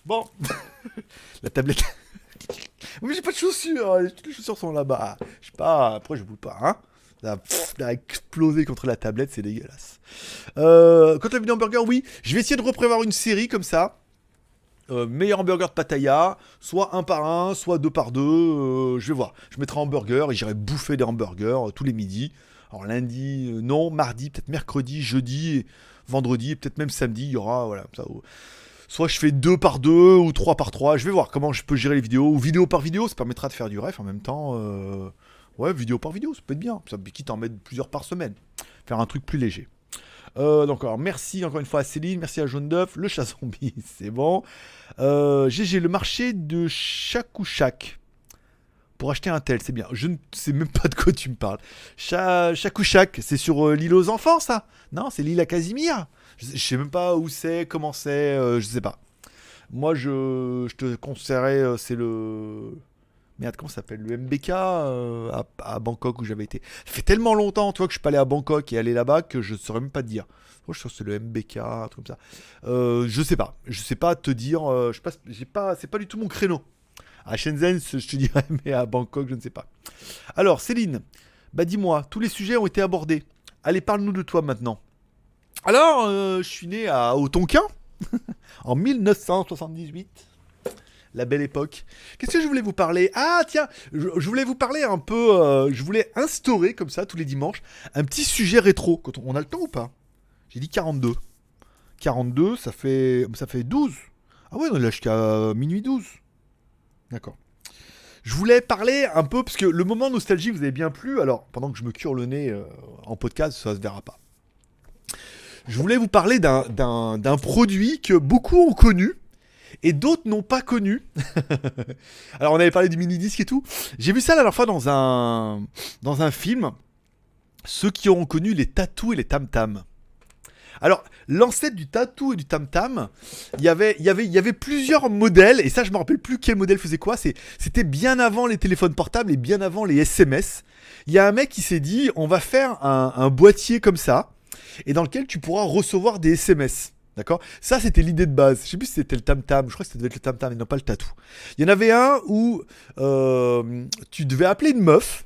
Bon, la tablette. Mais j'ai pas de chaussures, toutes les chaussures sont là-bas. Je sais pas, après je boule pas, hein. Ça a, pff, ça a explosé contre la tablette, c'est dégueulasse. Euh, quand la vidéo hamburger, oui, je vais essayer de reprévoir une série comme ça. Euh, meilleur hamburger de Pattaya, soit un par un, soit deux par deux. Euh, je vais voir. Je mettrai un hamburger et j'irai bouffer des hamburgers euh, tous les midis. Alors lundi, euh, non, mardi, peut-être mercredi, jeudi, et vendredi, et peut-être même samedi, il y aura, voilà, ça. Euh, soit je fais deux par deux ou trois par trois. Je vais voir comment je peux gérer les vidéos. Ou vidéo par vidéo, ça permettra de faire du ref en même temps. Euh, ouais, vidéo par vidéo, ça peut être bien. Ça quitte à en mettre plusieurs par semaine. Faire un truc plus léger. Euh, donc alors, merci encore une fois à Céline, merci à Jaune d'œuf, le chat zombie, c'est bon. Euh, G G, le marché de chaque ou chaque pour acheter un tel, c'est bien. Je ne sais même pas de quoi tu me parles. Cha chaque ou chaque, c'est sur euh, l'île aux enfants, ça? Non, c'est l'île à Casimir. Je sais, je sais même pas où c'est, comment c'est, euh, je sais pas. Moi, je, je te conseillerais, euh, c'est le... Merde, comment ça s'appelle? Le M B K euh, à, à Bangkok où j'avais été. Ça fait tellement longtemps, tu vois, que je suis pas allé à Bangkok et aller là-bas que je saurais même pas te dire. Moi, je suis sûr que c'est le M B K, un truc comme ça. Euh, je sais pas. Je sais pas te dire. Euh, je passe, j'ai pas, c'est pas du tout mon créneau. À Shenzhen, je te dirais, mais à Bangkok, je ne sais pas. Alors, Céline, bah dis-moi, tous les sujets ont été abordés. Allez, parle-nous de toi maintenant. Alors, euh, je suis né à Otonquin en mille neuf cent soixante-dix-huit. La belle époque. Qu'est-ce que je voulais vous parler? Ah tiens, je, je voulais vous parler un peu, euh, je voulais instaurer comme ça tous les dimanches un petit sujet rétro. Quand on, on a le temps ou pas? J'ai dit quarante-deux. quarante-deux, ça fait, ça fait douze. Ah ouais, on est là jusqu'à minuit douze. D'accord. Je voulais parler un peu, parce que le moment nostalgie vous avez bien plu, alors pendant que je me cure le nez euh, en podcast, ça se verra pas. Je voulais vous parler d'un, d'un, d'un produit que beaucoup ont connu, et d'autres n'ont pas connu. Alors on avait parlé du mini-disque et tout. J'ai vu ça la dernière fois dans un, dans un film. Ceux qui auront connu les tatous et les tam-tams. Alors, l'ancêtre du tatou et du tam-tam, il y avait, il y avait, il y avait plusieurs modèles. Et ça, je me rappelle plus quel modèle faisait quoi. C'est, c'était bien avant les téléphones portables et bien avant les S M S. Il y a un mec qui s'est dit, on va faire un, un boîtier comme ça. Et dans lequel tu pourras recevoir des S M S. D'accord? Ça, c'était l'idée de base. Je sais plus si c'était le tam-tam. Je crois que ça devait être le tam-tam et non pas le tatou. Il y en avait un où euh, tu devais appeler une meuf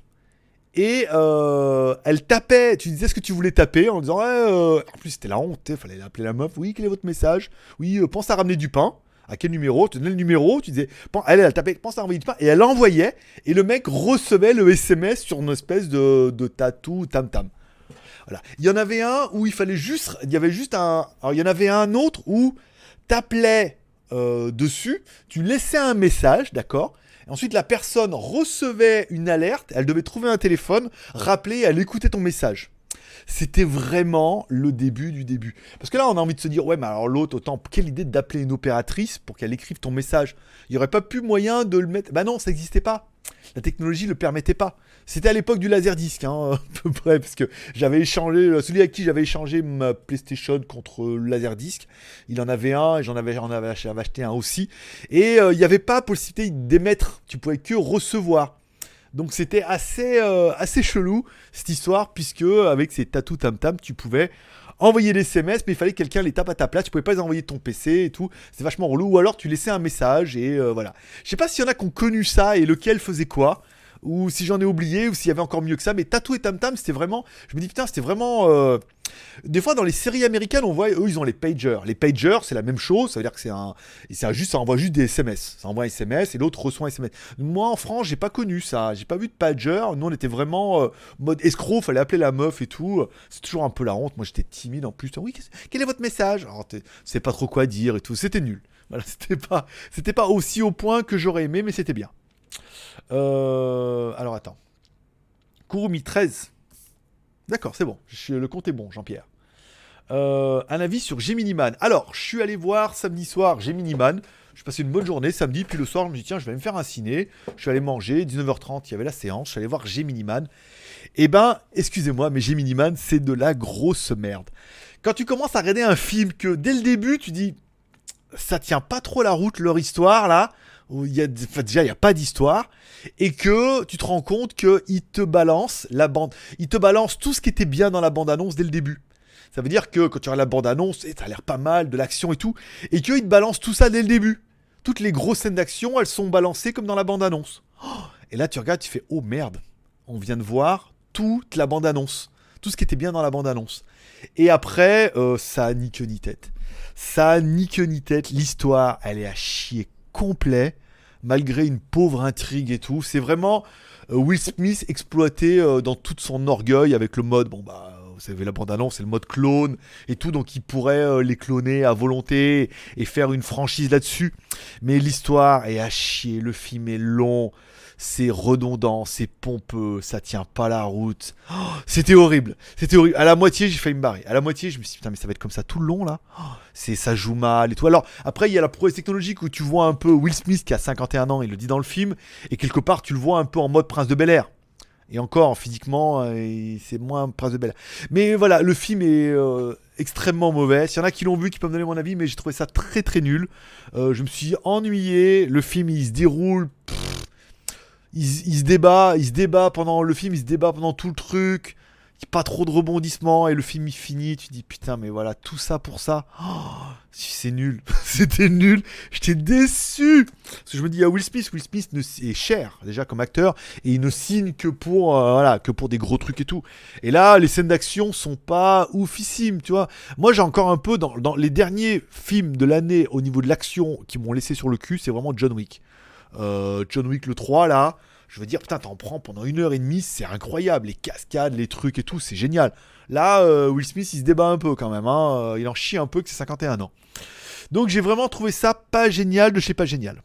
et euh, elle tapait. Tu disais ce que tu voulais taper en disant ouais, euh... en plus, c'était la honte. Il fallait appeler la meuf. Oui, quel est votre message? Oui, euh, pense à ramener du pain. À quel numéro? Tu donnais le numéro. Tu disais elle, elle tapait pense à envoyer du pain. Et elle envoyait. Et le mec recevait le S M S sur une espèce de, de tatou tam-tam. Voilà. Il y en avait un où il fallait juste, il y avait juste un, alors il y en avait un autre où t'appelais euh, dessus, tu laissais un message, d'accord. Et ensuite la personne recevait une alerte, elle devait trouver un téléphone, rappeler, elle écoutait ton message. C'était vraiment le début du début. Parce que là, on a envie de se dire, ouais, mais alors l'autre, autant, quelle idée d'appeler une opératrice pour qu'elle écrive ton message. Il n'y aurait pas pu moyen de le mettre. Bah non, ça n'existait pas. La technologie ne le permettait pas. C'était à l'époque du laserdisc, hein, à peu près, parce que j'avais échangé, celui avec qui j'avais échangé ma PlayStation contre le laserdisc, il en avait un, et j'en avais, j'en avais, j'avais acheté un aussi. Et euh, il n'y avait pas possibilité d'émettre, tu pouvais que recevoir. Donc c'était assez, euh, assez chelou cette histoire, puisque avec ces tatous tam-tam, tu pouvais envoyer des S M S, mais il fallait que quelqu'un les tape à ta place, tu pouvais pas les envoyer de ton P C et tout, c'est vachement relou, ou alors tu laissais un message et euh, voilà. Je sais pas s'il y en a qui ont connu ça et lequel faisait quoi, ou si j'en ai oublié, ou s'il y avait encore mieux que ça, mais tatou et tam-tam, c'était vraiment, je me dis putain, c'était vraiment... Euh... Des fois dans les séries américaines, on voit, eux ils ont les pagers. Les pagers, c'est la même chose, ça veut dire que c'est un... C'est juste, ça envoie juste des S M S. Ça envoie un S M S et l'autre reçoit un S M S. Moi en France, j'ai pas connu ça, j'ai pas vu de pager. Nous on était vraiment euh, mode escroc, fallait appeler la meuf et tout. C'est toujours un peu la honte, moi j'étais timide en plus. Oui, quel est votre message? Alors c'est pas trop quoi dire et tout, c'était nul. Voilà, c'était pas, c'était pas aussi au point que j'aurais aimé, mais c'était bien. Euh... Alors attends. Kurumi treize. D'accord, c'est bon. Je, le compte est bon, Jean-Pierre. Euh, un avis sur Gemini Man. Alors, je suis allé voir samedi soir Gemini Man. Je passé une bonne journée samedi, puis le soir, je me dis tiens, je vais me faire un ciné. Je suis allé manger, dix-neuf heures trente, il y avait la séance. Je suis allé voir Gemini Man. Eh ben, excusez-moi, mais Gemini Man, c'est de la grosse merde. Quand tu commences à regarder un film que dès le début, tu dis ça tient pas trop la route, leur histoire là. Où il y a, enfin, déjà il n'y a pas d'histoire et que tu te rends compte qu'il te balance la bande, il te balance tout ce qui était bien dans la bande-annonce dès le début. Ça veut dire que quand tu regardes la bande-annonce, ça a l'air pas mal, de l'action et tout, et qu'il te balance tout ça dès le début. toutes les grosses scènes d'action, elles sont balancées comme dans la bande-annonce. Oh, et là, tu regardes, tu fais « Oh merde, on vient de voir toute la bande-annonce. Tout ce qui était bien dans la bande-annonce. » Et après, euh, ça a ni queue ni tête. Ça a ni queue ni tête. L'histoire, elle est à chier complet, malgré une pauvre intrigue et tout. C'est vraiment euh, Will Smith exploité euh, dans tout son orgueil avec le mode, bon bah... Vous savez, la bande-annonce, c'est le mode clone et tout, donc il pourrait euh, les cloner à volonté et faire une franchise là-dessus. Mais l'histoire est à chier, le film est long, c'est redondant, c'est pompeux, ça tient pas la route. Oh, c'était horrible, c'était horrible. À la moitié, j'ai failli me barrer. À la moitié, je me suis dit, putain, mais ça va être comme ça tout le long là. Oh, c'est, ça joue mal et tout. Alors, après, il y a la prouesse technologique où tu vois un peu Will Smith qui a cinquante et un ans, il le dit dans le film, et quelque part, tu le vois un peu en mode Prince de Bel-Air. Et encore, physiquement, euh, c'est moins Prince de Bel-Air. Mais voilà, le film est euh, extrêmement mauvais. S'il y en a qui l'ont vu, qui peuvent me donner mon avis, mais j'ai trouvé ça très très nul. Euh, je me suis ennuyé. Le film, il se déroule. Pff, il, il se débat, il se débat pendant le film, il se débat pendant tout le truc. Pas trop de rebondissements et le film il finit. Tu dis putain, mais voilà, tout ça pour ça. Oh, c'est nul. C'était nul. J'étais déçu. Parce que je me dis, à Will Smith, Will Smith ne, est cher déjà comme acteur et il ne signe que pour, euh, voilà, que pour des gros trucs et tout. Et là, les scènes d'action sont pas oufissimes, tu vois. Moi, j'ai encore un peu dans, dans les derniers films de l'année au niveau de l'action qui m'ont laissé sur le cul, c'est vraiment John Wick. Euh, John Wick le trois là. Je veux dire, putain, t'en prends pendant une heure et demie, c'est incroyable. Les cascades, les trucs et tout, c'est génial. Là, euh, Will Smith, il se débat un peu quand même. Hein. Il en chie un peu que c'est cinquante et un ans. Donc, j'ai vraiment trouvé ça pas génial de chez pas génial.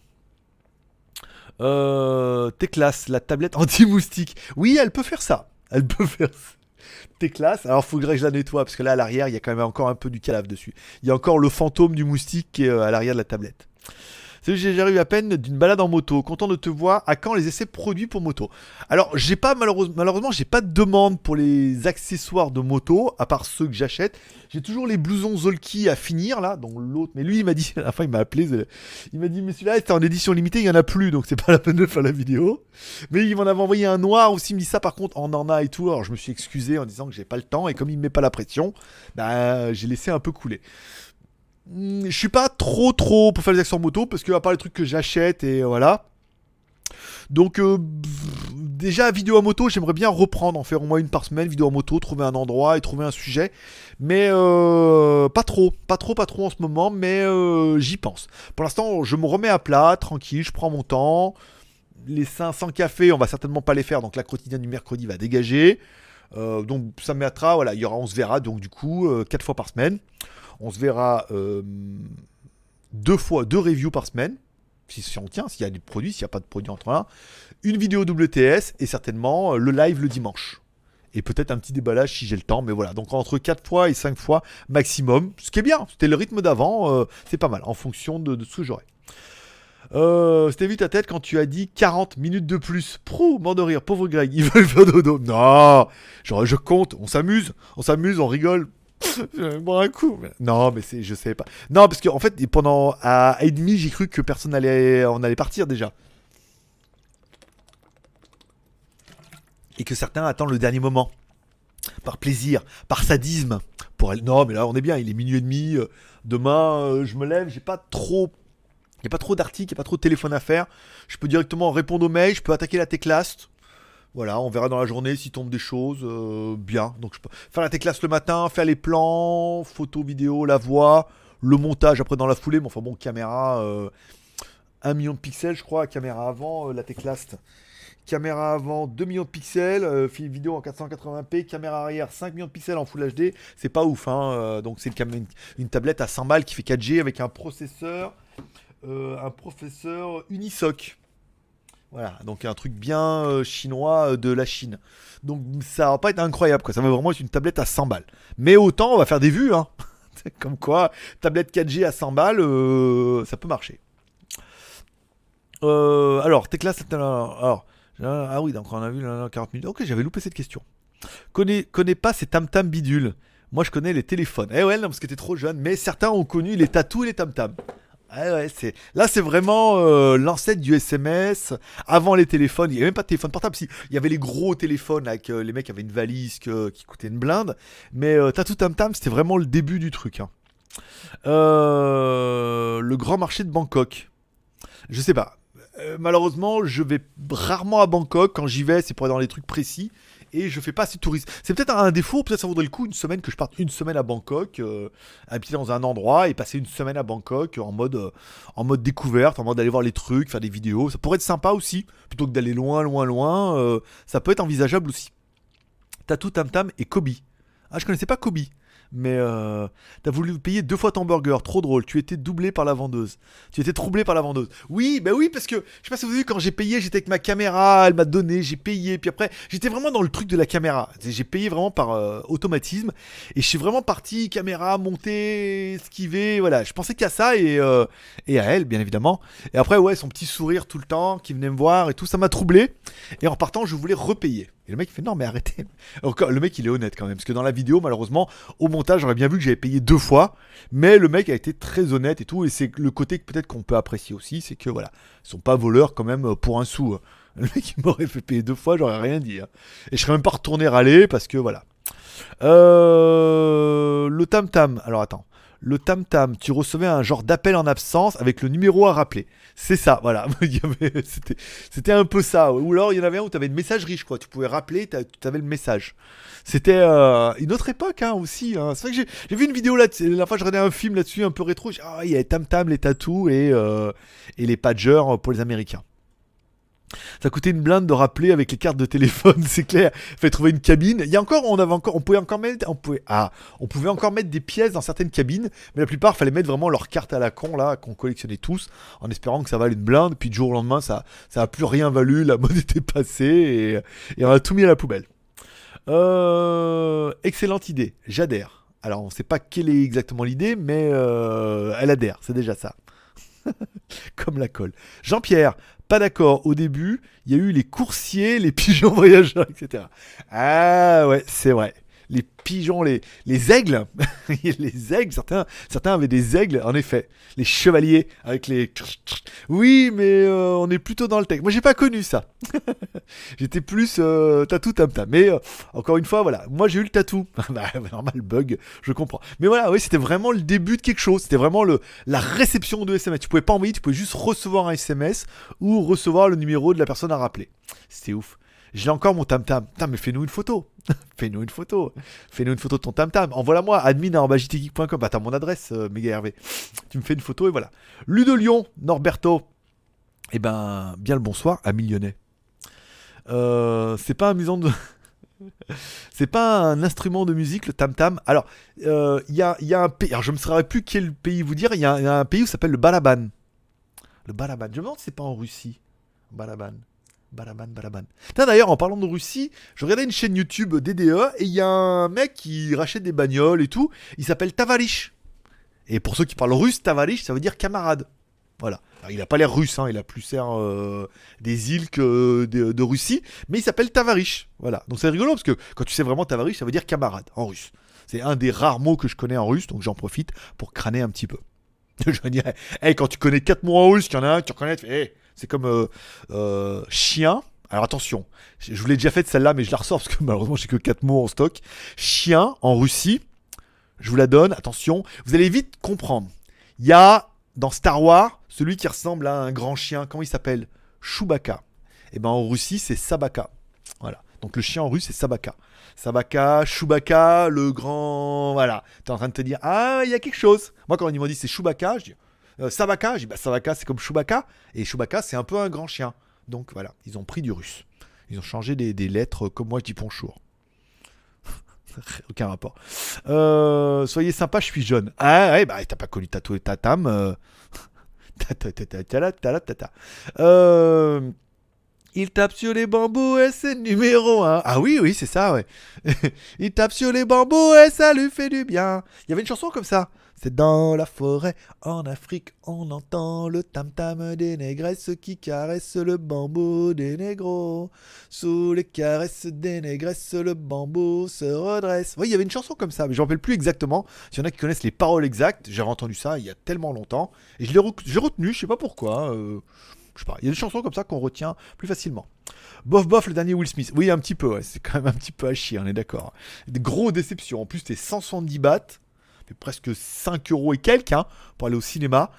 Euh, T'es classe, la tablette anti-moustique. Oui, elle peut faire ça. Elle peut faire ça. T'es classe. Alors, faudrait que je la nettoie parce que là, à l'arrière, il y a quand même encore un peu du calaf dessus. Il y a encore le fantôme du moustique qui est à l'arrière de la tablette. Salut, j'arrive à peine d'une balade en moto. Content de te voir. À quand les essais produits pour moto? Alors, j'ai pas malheureusement, malheureusement, j'ai pas de demande pour les accessoires de moto, à part ceux que j'achète. J'ai toujours les blousons Zolki à finir là, dont l'autre. Mais lui, il m'a dit, à la fin, il m'a appelé. Il m'a dit, mais celui-là, c'était en édition limitée, il y en a plus, donc c'est pas la peine de faire la vidéo. Mais il m'en avait envoyé un noir aussi. Il me dit ça, par contre, on en a et tout. Alors, je me suis excusé en disant que j'ai pas le temps et comme il me met pas la pression, bah, j'ai laissé un peu couler. Je suis pas trop trop pour faire les actions moto parce que à part les trucs que j'achète et voilà. Donc euh, déjà vidéo à moto, j'aimerais bien reprendre, en faire au moins une par semaine, vidéo à moto, trouver un endroit et trouver un sujet. Mais euh, pas trop, pas trop, pas trop en ce moment, mais euh, j'y pense. Pour l'instant, je me remets à plat, tranquille, je prends mon temps. Les cinq cents cafés, on va certainement pas les faire, donc la quotidienne du mercredi va dégager. Euh, donc ça me mettra, voilà, il y aura, on se verra, donc du coup, euh, quatre fois par semaine. On se verra euh, deux fois, deux reviews par semaine, si, si on tient, s'il y a des produits, s'il n'y a pas de produits entre là. Une vidéo W T S et certainement euh, le live le dimanche. Et peut-être un petit déballage si j'ai le temps, mais voilà. Donc entre quatre fois et cinq fois maximum, ce qui est bien, c'était le rythme d'avant, euh, c'est pas mal, en fonction de, de ce que j'aurai. Euh, c'était vu ta tête quand tu as dit quarante minutes de plus. Prou, mort de rire, pauvre Greg, il veut faire dodo. Non, genre je compte, on s'amuse, on s'amuse, on rigole. Je vais boire un coup. Non, mais c'est, je sais pas. Non, parce qu'en fait, pendant à et demi, j'ai cru que personne allait, on allait partir déjà. Et que certains attendent le dernier moment. Par plaisir, par sadisme. Pour elle. Non, mais là, on est bien, il est minuit et demi. Demain, euh, je me lève, j'ai pas trop. Il n'y a pas trop d'articles, il n'y a pas trop de téléphone à faire. Je peux directement répondre aux mails, je peux attaquer la Teclast. Voilà, on verra dans la journée s'il tombe des choses. Euh, bien. Donc je peux faire la Teclast le matin, faire les plans, photos, vidéos, la voix, le montage après dans la foulée. Mais enfin bon, caméra, euh, un million de pixels, je crois. Caméra avant, euh, la Teclast. Caméra avant, deux millions de pixels. Euh, film vidéo en quatre cent quatre-vingts p. Caméra arrière, cinq millions de pixels en Full H D. C'est pas ouf, hein. Euh, donc c'est une, une tablette à cent balles qui fait quatre G avec un processeur. Euh, un professeur Unisoc. Voilà, donc un truc bien euh, chinois euh, de la Chine. Donc ça va pas être incroyable, quoi. Ça va vraiment être une tablette à cent balles. Mais autant, on va faire des vues, hein. Comme quoi, tablette quatre G à cent balles, euh, ça peut marcher. Euh, alors, Tecla, c'est alors, ah oui, donc on a vu quarante minutes. Ok, j'avais loupé cette question. Connais, connais pas ces tam-tam bidules. Moi, je connais les téléphones. Eh ouais, non, parce que t'es trop jeune. Mais certains ont connu les tatous et les tam-tam. Ah ouais, c'est... Là, c'est vraiment euh, l'ancêtre du S M S. Avant les téléphones, il n'y avait même pas de téléphone portable. Si, il y avait les gros téléphones avec euh, les mecs qui avaient une valise que, qui coûtait une blinde. Mais euh, Tatou Tam Tam, c'était vraiment le début du truc. Hein. Euh, le grand marché de Bangkok. Je sais pas. Euh, malheureusement, je vais rarement à Bangkok. Quand j'y vais, c'est pour aller dans les trucs précis. Et je fais pas assez de tourisme. C'est peut-être un défaut, peut-être ça vaudrait le coup une semaine que je parte une semaine à Bangkok, euh, habiter dans un endroit et passer une semaine à Bangkok en mode, euh, en mode découverte, en mode d'aller voir les trucs, faire des vidéos. Ça pourrait être sympa aussi, plutôt que d'aller loin, loin, loin. Euh, ça peut être envisageable aussi. Tattoo Tam Tam et Kobe. Ah, je connaissais pas Kobe. Mais euh, t'as voulu payer deux fois ton burger, trop drôle. Tu étais doublé par la vendeuse. Tu étais troublé par la vendeuse. Oui, bah oui, parce que je sais pas si vous avez vu, quand j'ai payé, j'étais avec ma caméra, elle m'a donné, j'ai payé, puis après, j'étais vraiment dans le truc de la caméra. J'ai payé vraiment par euh, automatisme, et je suis vraiment parti, caméra, monter, esquiver, voilà. Je pensais qu'à ça et, euh, et à elle, bien évidemment. Et après, ouais, son petit sourire tout le temps, qui venait me voir et tout, ça m'a troublé. Et en partant, je voulais repayer. Et le mec il fait non mais arrêtez. Alors, le mec il est honnête quand même, parce que dans la vidéo malheureusement au montage j'aurais bien vu que j'avais payé deux fois, mais le mec a été très honnête et tout, et c'est le côté que peut-être qu'on peut apprécier aussi, c'est que voilà, ils sont pas voleurs quand même pour un sou. Le mec il m'aurait fait payer deux fois, j'aurais rien dit. Hein. Et je serais même pas retourné râler parce que voilà. Euh... Le Tam Tam, alors attends. Le Tam Tam, tu recevais un genre d'appel en absence avec le numéro à rappeler. C'est ça, voilà. c'était, c'était un peu ça. Ou alors il y en avait un où tu avais une messagerie, je crois. Tu pouvais rappeler, tu avais le message. C'était euh, une autre époque hein, aussi. Hein. C'est vrai que j'ai, j'ai vu une vidéo là-dessus. La fois, je regardais un film là-dessus un peu rétro. J'ai, ah, il y avait Tam Tam, les tatous et, euh, et les pagers pour les Américains. Ça coûtait une blinde de rappeler avec les cartes de téléphone, c'est clair. Fait trouver une cabine. Il y a encore, on avait encore, on pouvait encore mettre, on pouvait, ah, on pouvait encore mettre des pièces dans certaines cabines, mais la plupart, fallait mettre vraiment leurs cartes à la con là, qu'on collectionnait tous, en espérant que ça valait une blinde. Puis du jour au lendemain, ça, ça a plus rien valu, la mode était passée et, et on a tout mis à la poubelle. Euh, excellente idée, j'adhère. Alors, on sait pas quelle est exactement l'idée, mais euh, elle adhère, c'est déjà ça. Comme la colle. Jean-Pierre, pas d'accord. Au début, il y a eu les coursiers, les pigeons voyageurs, et cetera. Ah ouais, c'est vrai. Les pigeons, les, les aigles, les aigles, certains, certains avaient des aigles, en effet. Les chevaliers avec les... Oui, mais euh, on est plutôt dans le texte. Moi, j'ai pas connu ça. J'étais plus euh, tatou tam tam. Mais euh, encore une fois, voilà. Moi, j'ai eu le tatou. Bah, normal, bug, je comprends. Mais voilà, oui, c'était vraiment le début de quelque chose. C'était vraiment le, la réception de S M S. Tu pouvais pas envoyer, tu pouvais juste recevoir un S M S ou recevoir le numéro de la personne à rappeler. C'était ouf. J'ai encore mon tam tam. Putain, mais fais-nous une photo. fais-nous une photo. Fais-nous une photo de ton tam tam. Envoie-la-moi. admin arobase j t geek point com. Bah, t'as mon adresse, euh, méga Hervé. Tu me fais une photo et voilà. Ludo Lyon, Norberto. Eh ben, bien le bonsoir, ami lyonnais. Euh, c'est pas amusant de. C'est pas un instrument de musique, le tam tam. Alors, il euh, y, a, y a un pays. Alors, je ne saurais plus quel pays vous dire. Il y, y a un pays où ça s'appelle le balaban. Le balaban. Je me demande si c'est pas en Russie. Balaban. Balaban, Balaban. Putain, d'ailleurs, en parlant de Russie, je regardais une chaîne YouTube D D E et il y a un mec qui rachète des bagnoles et tout. Il s'appelle Tavarish. Et pour ceux qui parlent russe, Tavarish, ça veut dire camarade. Voilà. Alors, il a pas l'air russe, hein, il a plus l'air euh, des îles que de, de Russie, mais il s'appelle Tavarish. Voilà. Donc c'est rigolo parce que quand tu sais vraiment Tavarish, ça veut dire camarade en russe. C'est un des rares mots que je connais en russe, donc j'en profite pour crâner un petit peu. Je veux dire, hey, quand tu connais quatre mots en russe, qu'il y en a un que tu reconnais, tu fais, hey, c'est comme euh, euh, chien. Alors attention, je vous l'ai déjà fait celle-là, mais je la ressors parce que malheureusement j'ai que quatre mots en stock. Chien en Russie, je vous la donne, attention, vous allez vite comprendre. Il y a dans Star Wars celui qui ressemble à un grand chien, comment il s'appelle? Chewbacca. Et ben en Russie c'est Sabaka. Voilà. Donc le chien en russe c'est Sabaka. Sabaka, Chewbacca, le grand... Voilà. T'es en train de te dire, ah, il y a quelque chose. Moi quand ils m'ont dit c'est Chewbacca, je dis... Euh, Sabaka, je dis bah Sabaka c'est comme Chewbacca, et Chewbacca c'est un peu un grand chien. Donc voilà, ils ont pris du russe. Ils ont changé des, des lettres comme moi je dis bonjour. Aucun rapport. Euh, soyez sympa, je suis jeune. Ah ouais, bah t'as pas connu Tatou et Tatam. Euh... euh... Il tape sur les bambous et c'est numéro un. Ah oui, oui, c'est ça, ouais. Il tape sur les bambous et ça lui fait du bien. Il y avait une chanson comme ça. C'est dans la forêt, en Afrique, on entend le tam-tam des négresses qui caressent le bambou des négros. Sous les caresses des négresses, le bambou se redresse. Oui, il y avait une chanson comme ça, mais je ne me rappelle plus exactement. S'il y en a qui connaissent les paroles exactes, j'ai entendu ça il y a tellement longtemps. Et je l'ai re- j'ai retenu, je ne sais pas pourquoi. Euh, je sais pas, il y a des chansons comme ça qu'on retient plus facilement. Bof bof, le dernier Will Smith. Oui, un petit peu, ouais, c'est quand même un petit peu à chier, on est d'accord. Des grosses déceptions. En plus, c'était cent soixante-dix bahts. fait presque cinq euros et quelques hein, pour aller au cinéma.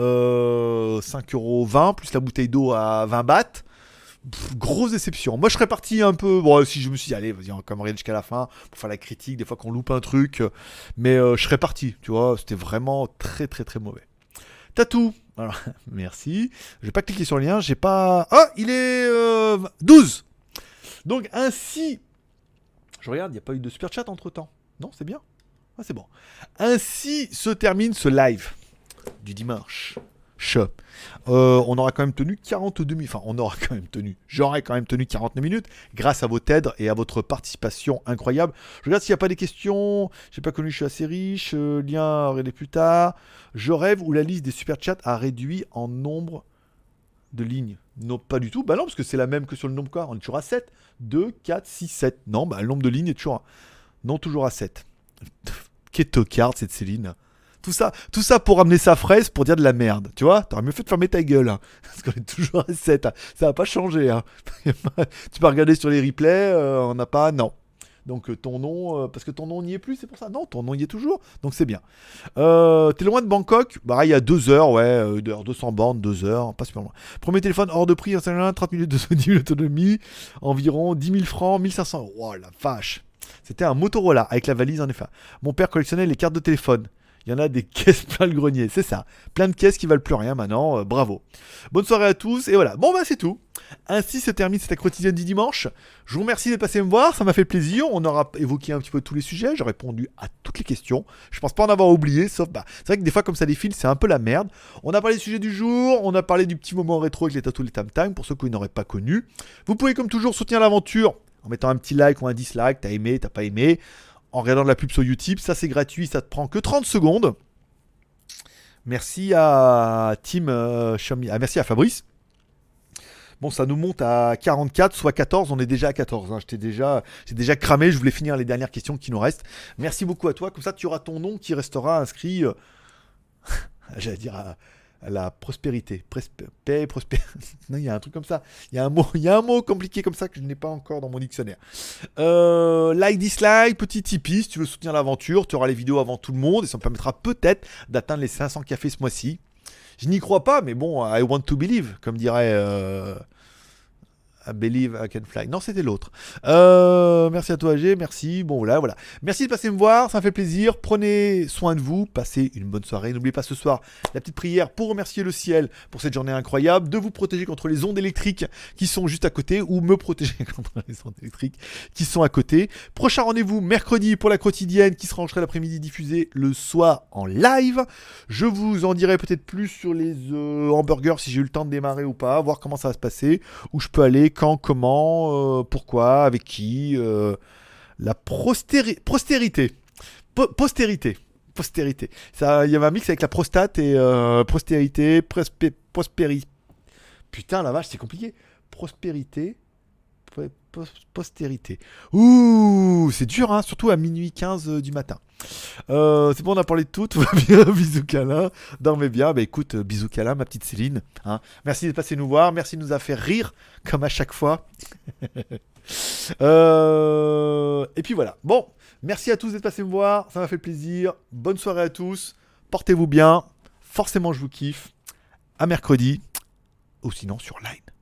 Euh, cinq euros vingt plus la bouteille d'eau à vingt bahts. Pff, grosse déception. Moi je serais parti un peu. Bon, si je me suis dit, allez, vas-y, on va quand même regarder jusqu'à la fin pour faire la critique. Des fois qu'on loupe un truc. Mais euh, je serais parti, tu vois. C'était vraiment très, très, très mauvais. Tatou. Alors, merci. Je vais pas cliquer sur le lien. J'ai pas. Ah, il est euh, douze. Donc ainsi. Je regarde, il n'y a pas eu de super chat entre temps. Non, c'est bien. Ah, c'est bon. Ainsi se termine ce live du dimanche. Che. Euh, on aura quand même tenu quarante-deux minutes. Enfin, on aura quand même tenu. J'aurais quand même tenu quarante-neuf minutes grâce à votre aide et à votre participation incroyable. Je regarde s'il n'y a pas des questions. J'ai pas connu, je suis assez riche. Euh, lien à regarder plus tard. Je rêve où la liste des super chats a réduit en nombre de lignes. Non, pas du tout. Bah non, parce que c'est la même que sur le nombre quoi. On est toujours à sept. deux, quatre, six, sept. Non, bah le nombre de lignes est toujours à... Non, toujours à sept. Qu'est tocarde cette Céline. Tout ça, tout ça pour ramener sa fraise pour dire de la merde. Tu vois, t'aurais mieux fait de fermer ta gueule. Hein, parce qu'on est toujours à sept. Hein. Ça va pas changer. Hein. Tu peux regarder sur les replays. Euh, on n'a pas... Non. Donc euh, ton nom... Euh, parce que ton nom n'y est plus, c'est pour ça. Non, ton nom y est toujours. Donc c'est bien. Euh, T'es loin de Bangkok. Bah il y a deux heures, ouais. Euh, deux cents bornes, deux heures. Pas super loin. Premier téléphone hors de prix. trente minutes de dix minutes d'autonomie. Environ dix mille francs, mille cinq cents euros. Oh la vache. C'était un Motorola avec la valise en effet. Mon père collectionnait les cartes de téléphone. Il y en a des caisses plein le grenier, c'est ça. Plein de caisses qui valent plus rien maintenant, euh, bravo. Bonne soirée à tous, et voilà. Bon bah c'est tout. Ainsi se termine cette quotidienne du dimanche. Je vous remercie d'être passé me voir, ça m'a fait plaisir. On aura évoqué un petit peu tous les sujets, j'ai répondu à toutes les questions. Je pense pas en avoir oublié, sauf bah c'est vrai que des fois comme ça défile, c'est un peu la merde. On a parlé du sujet du jour, on a parlé du petit moment rétro avec les tatous et les tam tam, pour ceux qui n'auraient pas connu. Vous pouvez comme toujours soutenir l'aventure en mettant un petit like ou un dislike, t'as aimé, t'as pas aimé, en regardant de la pub sur YouTube, ça c'est gratuit, ça te prend que trente secondes. Merci à Team euh, Xiaomi, ah, merci à Fabrice. Bon, ça nous monte à quarante-quatre, soit quatorze, on est déjà à quatorze. Hein. J'étais déjà, j'ai déjà cramé, je voulais finir les dernières questions qui nous restent. Merci beaucoup à toi, comme ça tu auras ton nom qui restera inscrit, euh... j'allais dire à... la prospérité, Prespe... paix, prospérité. Non, il y a un truc comme ça. Il y a un mot, il y a un mot compliqué comme ça que je n'ai pas encore dans mon dictionnaire. Euh, like, dislike, petit Tipeee, si tu veux soutenir l'aventure, tu auras les vidéos avant tout le monde et ça me permettra peut-être d'atteindre les cinq cents cafés ce mois-ci. Je n'y crois pas, mais bon, I want to believe, comme dirait euh, I believe I can fly. Non, c'était l'autre. Euh, merci à toi, A G. Merci. Bon, voilà, voilà. Merci de passer me voir. Ça me fait plaisir. Prenez soin de vous. Passez une bonne soirée. N'oubliez pas ce soir la petite prière pour remercier le ciel pour cette journée incroyable. De vous protéger contre les ondes électriques qui sont juste à côté ou me protéger contre les ondes électriques qui sont à côté. Prochain rendez-vous mercredi pour la quotidienne qui sera enregistrée l'après-midi diffusée le soir en live. Je vous en dirai peut-être plus sur les euh, hamburgers si j'ai eu le temps de démarrer ou pas. Voir comment ça va se passer. Où je peux aller. Quand, comment, euh, pourquoi, avec qui, euh, la prostéri- postérité, po- postérité, postérité. Ça, il y avait un mix avec la prostate et euh, postérité, prospe- prospéri. Putain, la vache, c'est compliqué. Prospérité, po- po- postérité. Ouh, c'est dur, hein, surtout à minuit quinze euh, du matin. Euh, c'est bon, on a parlé de tout, tout va bien, bisous câlin, dormez bien, bah écoute, euh, bisous câlin, ma petite Céline, hein. Merci d'être passé nous voir, merci de nous a fait rire, comme à chaque fois. euh, et puis voilà, bon, merci à tous d'être passés me voir, ça m'a fait plaisir, bonne soirée à tous, portez-vous bien, forcément je vous kiffe, à mercredi, ou sinon sur Line.